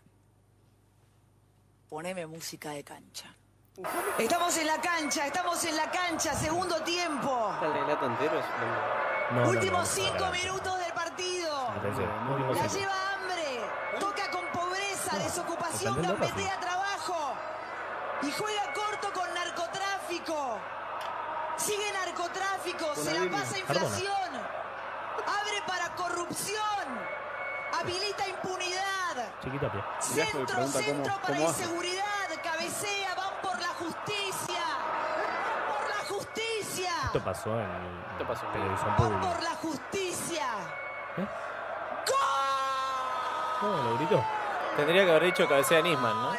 Poneme música de cancha. Estamos en la cancha, segundo tiempo.
¿El relato entero?
No,
Últimos 5 minutos del partido.
Atención, últimos
La
5.
lleva hambre, toca con pobreza, desocupación,
¿Entendiendo,
gambetea trabajo y juega corto con narcotráfico. Sigue narcotráfico, se la pasa inflación, abre para corrupción, habilita impunidad.
Chiquita pie.
Centro para
cómo hace.
inseguridad, cabecea, van por la justicia. Van por la justicia.
Esto pasó en
Esto pasó en
televisión
Van
pública.
por la justicia.
No, lo gritó.
Tendría que haber dicho cabecea Nisman, ¿no?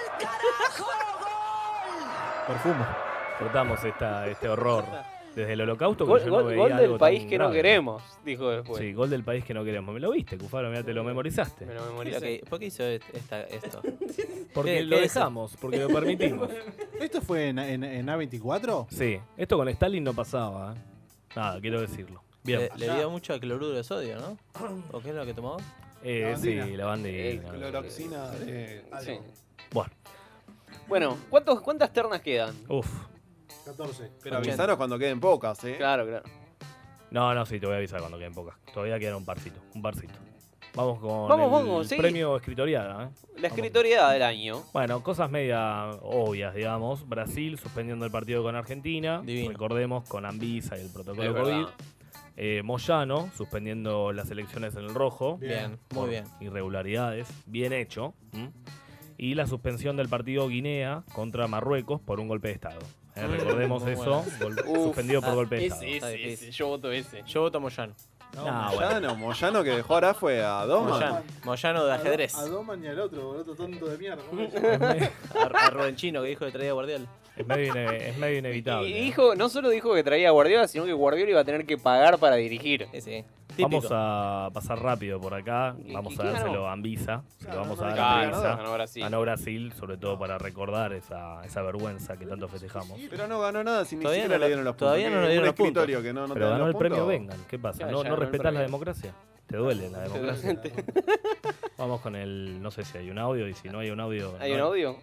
Perfumo.
Cortamos este horror. Desde el holocausto que
Gol,
yo no
gol-
veía
gol
algo
del país
tan
que no
grave.
queremos, dijo después.
Sí, gol del país que no queremos. Me lo viste, Cufaro, mira, te lo memorizaste.
Me lo
Mira
memoricé.
¿Por qué hizo esto?
Porque
¿Qué
lo
dice?
dejamos, porque lo permitimos.
¿Esto fue en A24?
Sí, esto con Stalin no pasaba. Nada, quiero decirlo. Bien.
Le dio mucho a cloruro de sodio, ¿no? ¿O qué es lo que tomó?
Sí, la bandina.
Cloroxina de.
Sí.
Bueno,
Bueno, ¿cuántas ternas quedan?
uff.
14.
Pero avisaros cuando queden pocas, ¿eh?
Claro, claro.
No, sí, te voy a avisar cuando queden pocas. Todavía queda un parcito. Vamos con
Vamos,
el
sí.
premio escritoriada.
La escritoriedad del año.
Bueno, cosas media obvias, digamos. Brasil suspendiendo el partido con Argentina.
Divino.
Recordemos, con Anvisa y el protocolo
Es
COVID.
verdad.
Moyano suspendiendo las elecciones en el rojo.
Bien, muy
por
bien.
Irregularidades. Bien hecho. Y la suspensión del partido Guinea contra Marruecos por un golpe de Estado. Recordemos
Muy
eso. Suspendido por golpe de Estado.
Ese, yo voto ese.
Yo voto Moyano.
Moyano que dejó ahora fue a Doman.
Moyano de ajedrez.
A Doman y al otro tonto de mierda.
A Rodenchino que dijo que traía Guardial.
Es medio inevitable.
Y dijo, no solo dijo que traía a Guardiola, sino que Guardiola iba a tener que pagar para dirigir.
Sí.
Vamos a pasar rápido por acá. Vamos a
quién
dárselo
ganó?
a Anvisa. Se lo vamos a dar
ganó,
a Anvisa.
ganó Brasil.
Ganó Brasil, sobre todo para recordar esa vergüenza que tanto festejamos.
Pero no ganó nada si ni
Todavía
siquiera
no
le dieron los puntos.
todavía no le dieron
Un
los puntos.
escritorio que no te
Pero
dan
ganó
los
el premio
puntos.
Vengan. ¿Qué pasa?
Ya,
¿No
ya ganó el
respetás la
premio.
democracia? ¿Te duele la democracia? Vamos con el... No sé si hay un audio y si no hay un audio...
¿Hay
no
un audio?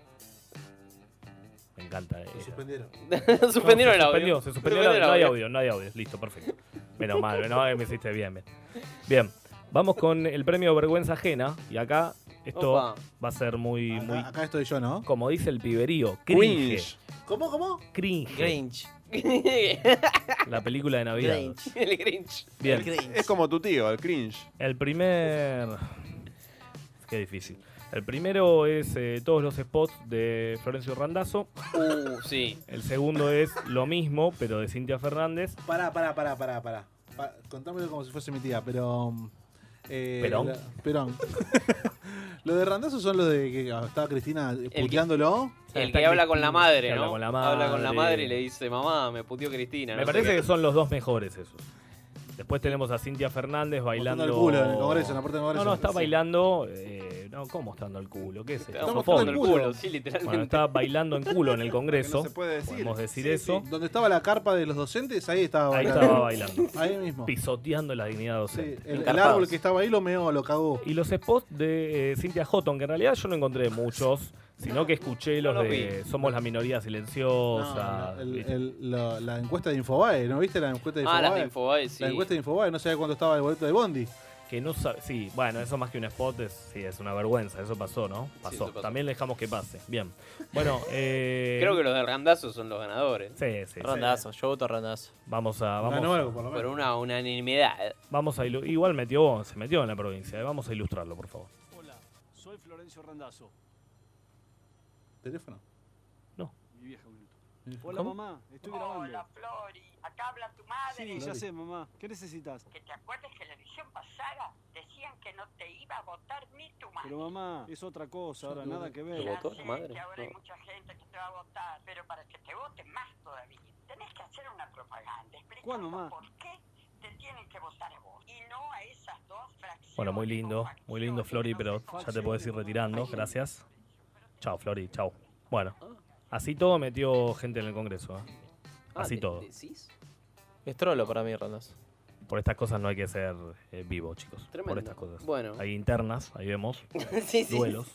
Me encanta.
Lo suspendieron.
Suspendieron el
Se
audio.
suspendió el audio. No hay audio. Listo, perfecto. Menos mal que me hiciste bien. Bien, vamos con el premio Vergüenza Ajena. Y acá esto
Opa.
va a ser muy...
Acá estoy yo, ¿no?
Como dice el piberío, cringe.
¿Cómo?
Cringe.
Grinch.
La película de Navidad.
El Grinch.
Bien.
Es como tu tío, el cringe.
El primer... Qué difícil. El primero es todos los spots de Florencio Randazzo.
Sí.
El segundo es lo mismo, pero de Cintia Fernández.
Pará. Contámelo como si fuese mi tía, pero...
¿Perón?
Perón. Lo de Randazzo son los de que estaba Cristina puteándolo.
El que habla con la madre,
Que
¿no?
habla con la
Habla con la
madre.
madre y le dice, mamá, me puteó Cristina.
Me
no sé
parece
qué.
que son los dos mejores esos. Después tenemos a Cintia Fernández bailando...
el culo en el Congreso, en la puerta del Congreso.
No, está
Sí.
bailando... no, ¿cómo mostrando el culo? ¿Qué es esto?
Estamos
Sofón.
mostrando el culo, sí, literalmente.
Bueno, está bailando en culo en el Congreso.
No se puede decir.
Podemos decir
Sí,
eso.
sí.
Donde estaba la carpa de los docentes, ahí estaba
Ahí
bailando.
estaba bailando.
Ahí mismo.
Pisoteando la dignidad
Sí,
docente.
el árbol que estaba ahí lo meó, lo cagó.
Y los spots de Cynthia Houghton, que en realidad yo no encontré muchos, sino que escuché los
los
de Somos la minoría silenciosa. ¿viste?
La encuesta de Infobae, ¿no viste la encuesta de Infobae?
las de Infobae, sí.
La encuesta de Infobae, no sabía cuándo estaba el boleto de Bondi.
Que no sabe, sí, bueno, eso más que un spot es una vergüenza, eso pasó, ¿no? Pasó.
eso pasó.
También dejamos que pase. Bien. Bueno,
Creo que los de Randazzo son los ganadores.
Sí.
Randazo, yo voto Randazo.
Vamos
Ganó algo, por lo
Por
menos.
una unanimidad.
vamos a igual se metió en la provincia, vamos a ilustrarlo, por favor.
Hola, soy Florencio Randazzo.
¿Teléfono?
Mi vieja un minuto. Hola mamá, estoy grabando.
Hola Flori, acá habla tu madre.
Sí, ya sé mamá. ¿Qué necesitas?
Que te acuerdes que la edición pasada decían que no te iba a votar ni tu madre.
Pero mamá, es otra cosa, ahora nada que ver.
Ya sé que ahora hay mucha gente que te va a votar, pero para que te voten más todavía, tenés que hacer una propaganda explicando
mamá?
por qué te tienen que votar a vos y no a esas dos fracciones.
Bueno, muy lindo Flori, pero ya te puedes ir retirando, gracias. Chao Flori, chao. Bueno, así todo metió gente en el Congreso, así todo.
Es trolo para mí, Randazo.
Por estas cosas no hay que ser vivo, chicos.
Tremendo.
Por estas cosas.
Bueno.
Hay internas, ahí vemos.
Sí.
Duelos.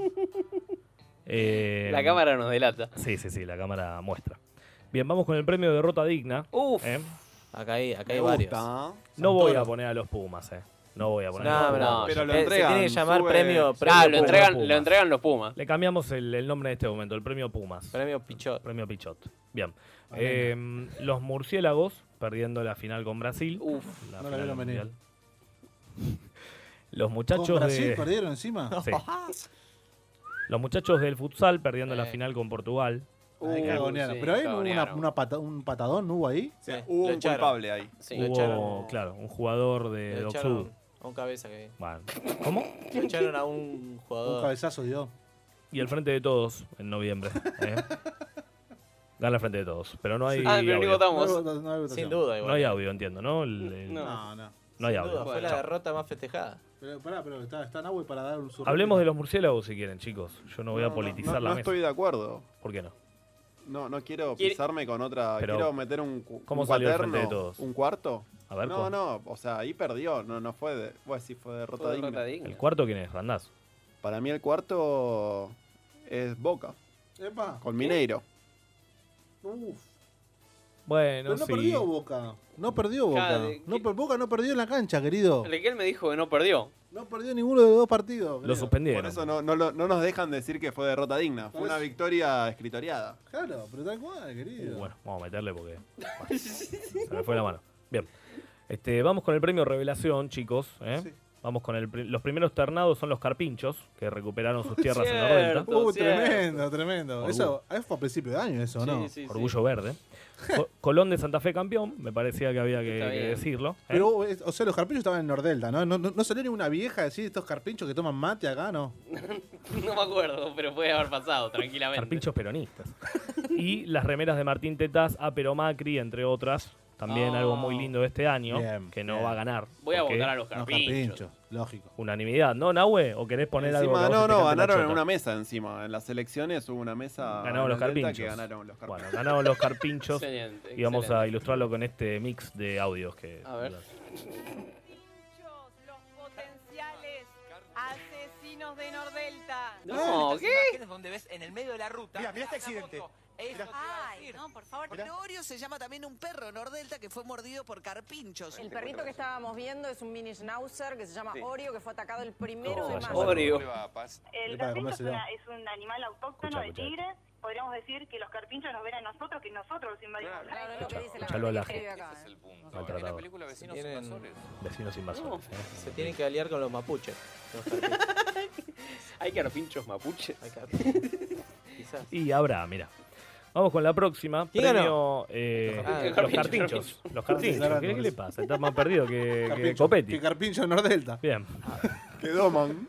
La cámara nos delata.
Sí, la cámara muestra. Bien, vamos con el premio Derrota Digna.
Uf.
Acá hay varios.
No voy a poner a los Pumas, No voy a poner a los Pumas.
Pero lo
se
entregan.
tiene que llamar premio
lo
Pumas.
entregan los Pumas.
Le cambiamos el nombre en este momento, el premio Pumas.
Premio Pichot.
Premio Pichot. Bien. Los murciélagos perdiendo la final con Brasil. La
No la
final
vieron venir.
mundial. Los muchachos
¿Con Brasil
de...
perdieron encima?
Sí. Los muchachos del futsal perdiendo la final con Portugal.
Ay, cagonearon. Pero ahí no hubo un patadón, ¿no hubo ahí?
Sí, hubo un culpable ahí.
Hubo, claro, un jugador de
Lo
Doc
echaron
Sud.
a un cabeza que vi.
Bueno. ¿Cómo?
Lo echaron a un
Un
jugador.
cabezazo dio.
Y el Frente de Todos en noviembre. Gana el Frente de Todos. Pero no hay
pero ni
audio.
votamos.
No hay votación.
Sin duda, igual.
No hay audio, entiendo, ¿no?
No.
No hay
Sin
audio.
duda, fue la derrota más festejada.
Pero pará, pero está Nahue para dar un surrete.
Hablemos de los murciélagos si quieren, chicos. Yo no voy a politizar la
No
mesa.
estoy de acuerdo.
¿Por qué no?
No quiero pisarme con otra.
Pero,
quiero meter un
¿cómo
un
salió el
cuaterno,
Frente de Todos?
¿Un cuarto?
A ver,
No,
¿cuál?
no, o sea, ahí perdió. No fue de. Pues sí, fue derrota
Fue
digna.
derrota digna.
¿El cuarto quién es? Randazzo.
Para mí el cuarto es Boca.
Epa.
Con Mineiro.
Uf.
Bueno,
Pero no
sí.
perdió Boca. No perdió Boca.
Cada-
Boca no perdió en la cancha, querido.
El que él me dijo que no perdió.
No perdió ninguno de los dos partidos.
Lo
querido.
suspendieron.
Por eso no nos dejan decir que fue derrota digna. Fue
Por
una
eso.
victoria escritoriada.
Claro, pero tal cual, querido.
Bueno, vamos a meterle porque se me fue la mano. Bien. Vamos con el premio Revelación, chicos.
Sí.
Vamos con los primeros ternados son los carpinchos, que recuperaron sus tierras en Nordelta.
Tremendo. Eso fue a principio de año, eso, ¿no?
Orgullo verde. Colón de Santa Fe campeón, me parecía que había que decirlo.
Pero, o sea, los carpinchos estaban en Nordelta, ¿no? No salió ninguna vieja a decir estos carpinchos que toman mate acá, ¿no?
No me acuerdo, pero puede haber pasado tranquilamente.
Carpinchos peronistas. Y las remeras de Martín Tetaz, Apero Macri, entre otras. También algo muy lindo de este año, que no va a ganar.
Voy a votar a los carpinchos.
Lógico.
Unanimidad, ¿no, Nahue? ¿O querés poner algo?
No, ganaron en una mesa encima. En las elecciones hubo una mesa.
Ganaron los carpinchos.
Que ganaron los carpinchos.
Bueno, ganaron los carpinchos.
Excelente,
y vamos a ilustrarlo con este mix de audios que.
A ver.
Los potenciales asesinos de Nordelta.
No, ¿qué?
Imágenes donde ves en el medio de la ruta.
Mira este accidente.
Ay, no, por favor.
Bueno, Oreo se llama también un perro Nordelta que fue mordido por carpinchos.
El perrito que estábamos viendo es un mini schnauzer que se llama Oreo, que fue atacado el 1 de mayo.
Oreo.
El carpincho es un animal autóctono de Tigre. Podríamos decir que los carpinchos nos ven a nosotros, que nosotros los invadimos.
Claro, es lo que dice la
Escuchalo a la
gente que
gente.
escribe acá.
Ese es el punto.
Maltratado.
En la película Vecinos Invasores.
Vecinos invasores.
Se tienen que aliar con los mapuches.
¿Hay carpinchos mapuches?
Quizás.
Y habrá, mira. Vamos con la próxima.
¿Quién
Premio. Los
carpinchos.
Los carpinchos. ¿Qué le pasa? Está más perdido que Copetti.
Que carpincho en Nordelta.
Bien.
Quedó, man.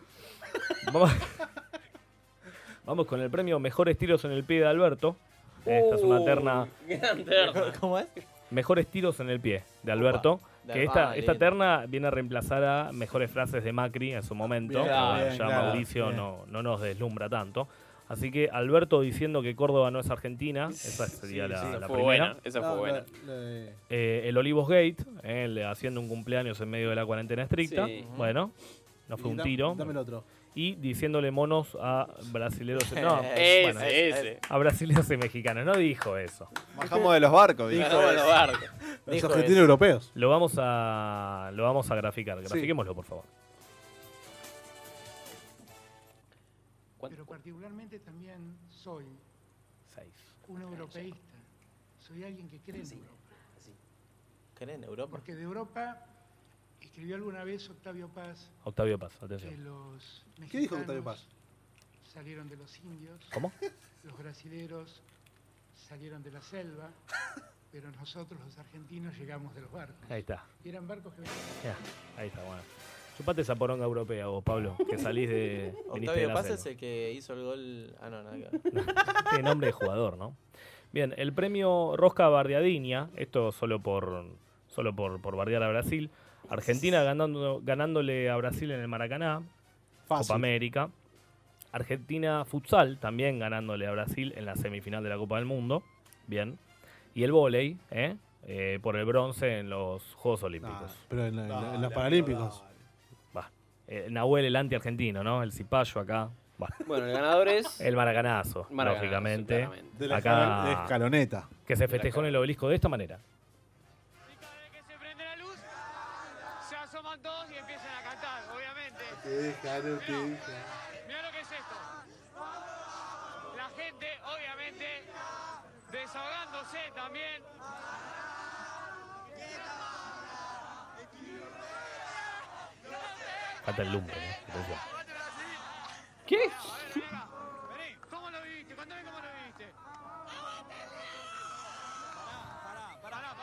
Vamos con el premio Mejores Tiros en el Pie de Alberto. Esta es una terna.
Gran terna.
¿Cómo es?
Mejores Tiros en el Pie de Alberto. Que esta terna viene a reemplazar a Mejores Frases de Macri en su momento.
Bien,
ya
claro,
Mauricio
bien.
no nos deslumbra tanto. Así que Alberto diciendo que Córdoba no es Argentina. Esa sería la
fue
primera.
buena, esa fue buena.
El Olivos Gate, haciendo un cumpleaños en medio de la cuarentena estricta.
Sí.
Bueno, no fue un tiro.
Dame el otro.
Y diciéndole monos a brasileros. No,
Ese.
a brasileños y mexicanos. No dijo eso.
Bajamos de los barcos, dijo.
Bajamos de los barcos.
Los argentinos europeos.
Lo vamos a graficar. Grafiquémoslo, por favor.
Pero particularmente también soy un europeísta. Soy alguien que cree en Europa.
¿Cree en Europa?
Porque de Europa escribió alguna vez Octavio Paz.
Octavio Paz, atención.
Que los mexicanos
¿Qué dijo Octavio Paz?
salieron de los indios.
¿Cómo?
Los brasileros salieron de la selva. Pero nosotros, los argentinos, llegamos de los barcos.
Ahí está.
Y eran barcos que venían.
Ahí está, bueno. Chupate esa poronga europea vos, Pablo, que salís de... viniste de
Octavio
la
Paz
selva.
es el que hizo el gol. Ah, no, nada que ver.
Tiene nombre de jugador, ¿no? Bien, el premio Rosca Bardeadiña, esto solo por bardear a Brasil. Argentina ganándole a Brasil en el Maracaná,
Fácil.
Copa América. Argentina Futsal también ganándole a Brasil en la semifinal de la Copa del Mundo. Bien. Y el vóley, por el bronce en los Juegos Olímpicos.
Pero en los Paralímpicos.
Nahuel, el anti-argentino, ¿no? El cipayo acá.
Bueno, el ganador es...
El maracanazo, lógicamente.
De la
Acá,
escaloneta.
que se festejó en el obelisco de esta manera.
Se asoman todos y empiezan a cantar, obviamente. Mira lo que es esto. La gente, obviamente, desahogándose también.
Falta el lumbre, ¿no? Atención.
¿Qué?
Vení, ¿cómo lo viviste? Contame cómo lo viviste. Pará.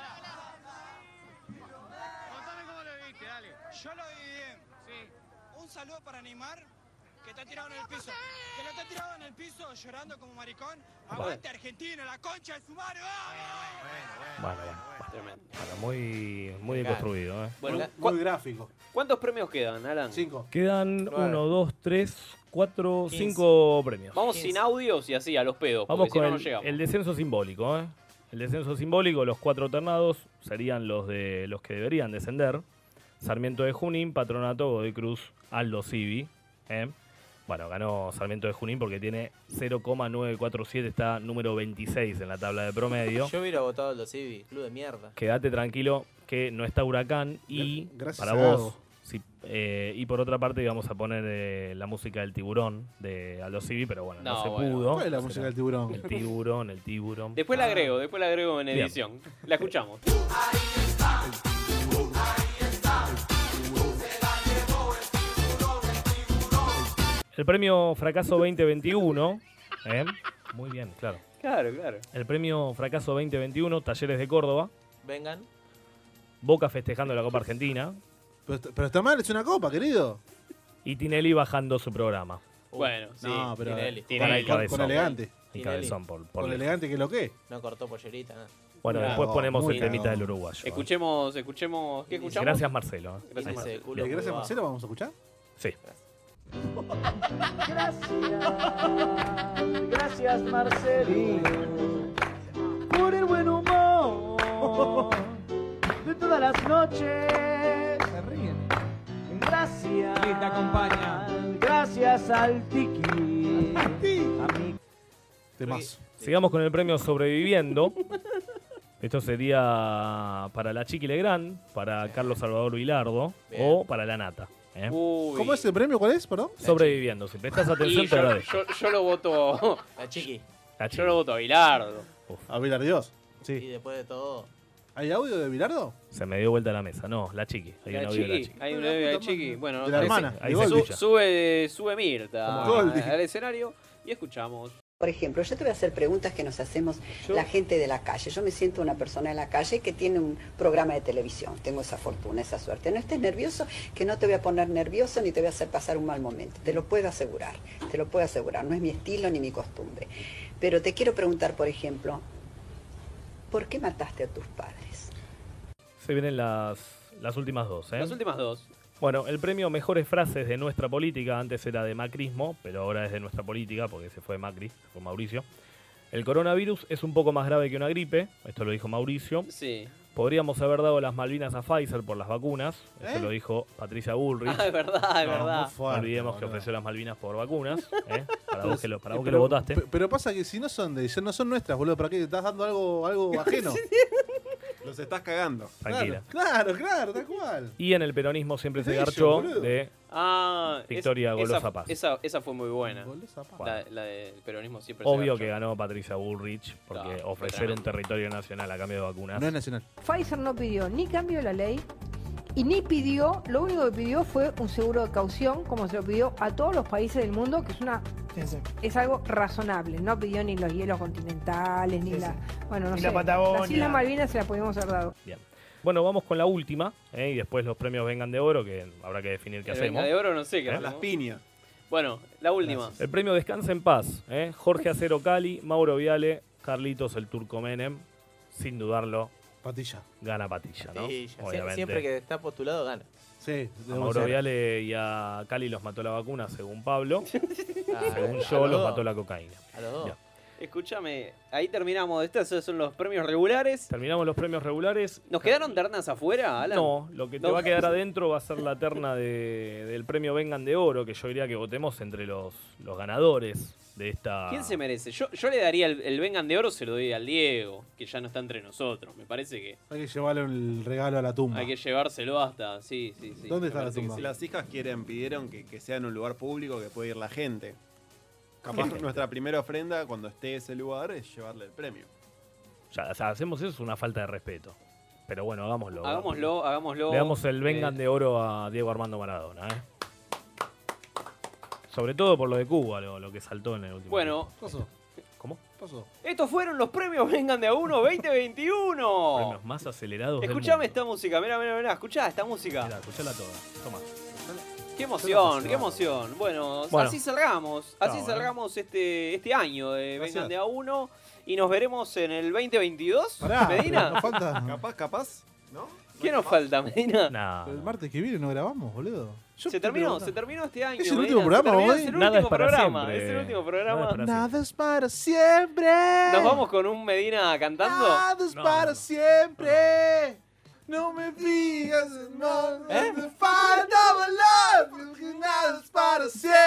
Contame cómo lo viviste, dale.
Yo lo vi bien.
Sí.
Un saludo para Neymar, que está tirado en el piso. Que no está tirado en el piso llorando como maricón. Aguante Argentina, la concha de su madre.
Bueno, muy deconstruido, ¿eh?
Bueno,
Muy gráfico.
¿Cuántos premios quedan, Alan?
5.
Quedan
9.
1, 2, 3, 4,
15.
5 premios.
Vamos sin audios y así, a los pedos,
Vamos
porque si
con
no, no llegamos.
el descenso simbólico, ¿eh? El descenso simbólico, los 4 ternados serían los que deberían descender. Sarmiento de Junín, Patronato, Godoy Cruz, Aldo Civi. Bueno, ganó Sarmiento de Junín porque tiene 0,947, está número 26 en la tabla de promedio.
Yo hubiera votado los Civi, club de mierda.
Quédate tranquilo que no está Huracán y
Gracias
para
a
vos...
Gago.
Sí, y por otra parte íbamos a poner la música del Tiburón de Aldo Civi, pero bueno, no se pudo.
¿Cuál es la música del Tiburón?
El tiburón.
Después la agrego en
Bien.
edición. La escuchamos.
El premio Fracaso 2021. Muy bien, claro.
Claro, claro.
El premio Fracaso 2021, Talleres de Córdoba.
Vengan.
Boca festejando la Copa Argentina.
Pero está mal, es una copa, querido.
Y Tinelli bajando su programa.
Bueno, sí.
No, pero
Tinelli.
con elegante.
Y cabezón por
Con
lejos.
elegante que lo que.
No cortó pollerita, nada.
Bueno,
Bravo,
después ponemos
muy
el temita
bravo.
del uruguayo.
Escuchemos. ¿Qué escuchamos?
Gracias, Marcelo.
Gracias, Marcelo.
Gracias, Marcelo, vamos a escuchar.
Sí.
Gracias Marcelo por el buen humor de todas las noches. Se ríen. Gracias. Sí, te acompaña. Gracias al Tiki.
Temazo.
Sigamos con el premio Sobreviviendo. Esto sería para la Chiqui Legrand, para Carlos Salvador Vilardo o para la Nata.
¿Cómo es el premio? ¿Cuál es, perdón?
Sobreviviendo. Si prestas atención, te agradezco.
Yo lo voto.
La Chiqui.
Yo lo voto a Bilardo.
A Vilar Dios.
Y
Sí.
después de todo.
¿Hay audio de Bilardo?
Se me dio vuelta la mesa. No, la Chiqui. Hay un
La
audio de la
Chiqui.
Chiqui.
Hay un audio de la Chiqui. Bueno,
De la hermana.
Ahí se escucha.
Sube Mirta
Como Goldie.
al escenario y escuchamos.
Por ejemplo, yo te voy a hacer preguntas que nos hacemos la gente de la calle. Yo me siento una persona de la calle que tiene un programa de televisión. Tengo esa fortuna, esa suerte. No estés nervioso, que no te voy a poner nervioso ni te voy a hacer pasar un mal momento. Te lo puedo asegurar, te lo puedo asegurar. No es mi estilo ni mi costumbre. Pero te quiero preguntar, por ejemplo, ¿por qué mataste a tus padres?
Se vienen las últimas dos.
Las últimas dos.
Bueno, el premio Mejores Frases de Nuestra Política, antes era de Macrismo, pero ahora es de Nuestra Política porque se fue Macri, se fue Mauricio. El coronavirus es un poco más grave que una gripe, esto lo dijo Mauricio.
Sí.
Podríamos haber dado las Malvinas a Pfizer por las vacunas, esto lo dijo Patricia Bullrich.
Ah, es verdad, es verdad.
No olvidemos que ofreció las Malvinas por vacunas, para vos que lo
Pero-
votaste.
Pero pasa que si no son nuestras, boludo, ¿para qué te estás dando algo ajeno?
Los estás cagando.
Tranquila.
Claro, tal cual.
Y en el peronismo siempre se
Es de
garchó
ellos, boludo.
de Victoria Golosa Paz.
Esa fue muy buena.
Golosa Paz.
La del peronismo siempre se
Obvio
garchó.
que ganó Patricia Bullrich, porque
Claro,
ofrecer
tremendo.
un territorio nacional a cambio de vacunas.
No es nacional.
Pfizer no pidió ni cambio de la ley y ni pidió, lo único que pidió fue un seguro de caución, como se lo pidió a todos los países del mundo, que es algo razonable. No pidió ni los hielos continentales, ni la. Bueno, no
Ni
sé.
la Patagonia.
Las Islas Malvinas se las podíamos haber dado.
Bien. Bueno, vamos con la última, y después los premios Vengan de Oro, que habrá que definir qué
El
hacemos.
Venga de Oro no sé qué
¿Eh?
hacemos.
Las piñas.
Bueno, la última.
El premio Descansa en Paz, Jorge Acero Cali, Mauro Viale, Carlitos el Turco Menem, sin dudarlo,
Patilla.
gana Patilla, ¿no?
Sí,
Obviamente.
siempre que está postulado gana.
Sí,
A Mauro Viale y a Cali los mató la vacuna, según Pablo. Según
a
yo,
los
los
dos.
mató la cocaína.
A los dos.
Bien.
Escúchame, ahí terminamos. Estos son los premios regulares.
Terminamos los premios regulares.
¿Nos quedaron ternas afuera, Alan?
No, lo que te
No.
va a quedar adentro va a ser la terna del premio Vengan de Oro, que yo diría que votemos entre los ganadores de esta...
¿Quién se merece? Yo le daría el Vengan de Oro, se lo doy al Diego, que ya no está entre nosotros. Me parece que
Hay que llevarle el regalo a la tumba.
hay que llevárselo hasta. Sí.
¿Dónde
me
está la
parece que
tumba?
sí.
Las hijas pidieron que sea en un lugar público que pueda ir la gente. Capaz nuestra primera ofrenda cuando esté ese lugar es llevarle el premio.
Ya, o sea, hacemos eso, es una falta de respeto. Pero bueno, hagámoslo.
Hagámoslo.
Le damos el Vengan de Oro a Diego Armando Maradona, Sobre todo por lo de Cuba, lo que saltó en el último.
Bueno,
¿Cómo?
Pasó.
estos fueron los premios Vengan de a Uno 2021.
Premios más acelerados del
Escuchame
mundo.
esta música, mirá, escuchá esta música.
Mirá, escuchala toda. Toma.
Qué emoción. Bueno,
Bueno.
así cerramos. Así cerramos este año de
Gracias.
Vengan de a Uno. Y nos veremos en el 2022.
Pará,
Medina.
nos falta.
Capaz, ¿no?
¿Qué nos falta, Medina?
Nah.
El martes que viene no grabamos, boludo.
Se terminó este año.
¿Es el
Medina,
último
se
programa
terminó,
hoy?
Es el
Nada
último
es para
programa.
siempre.
Es el último programa.
Nada es para siempre.
Nos vamos con un Medina cantando.
Nada es para siempre. No me digas no, me falta valor, porque nada es para siempre.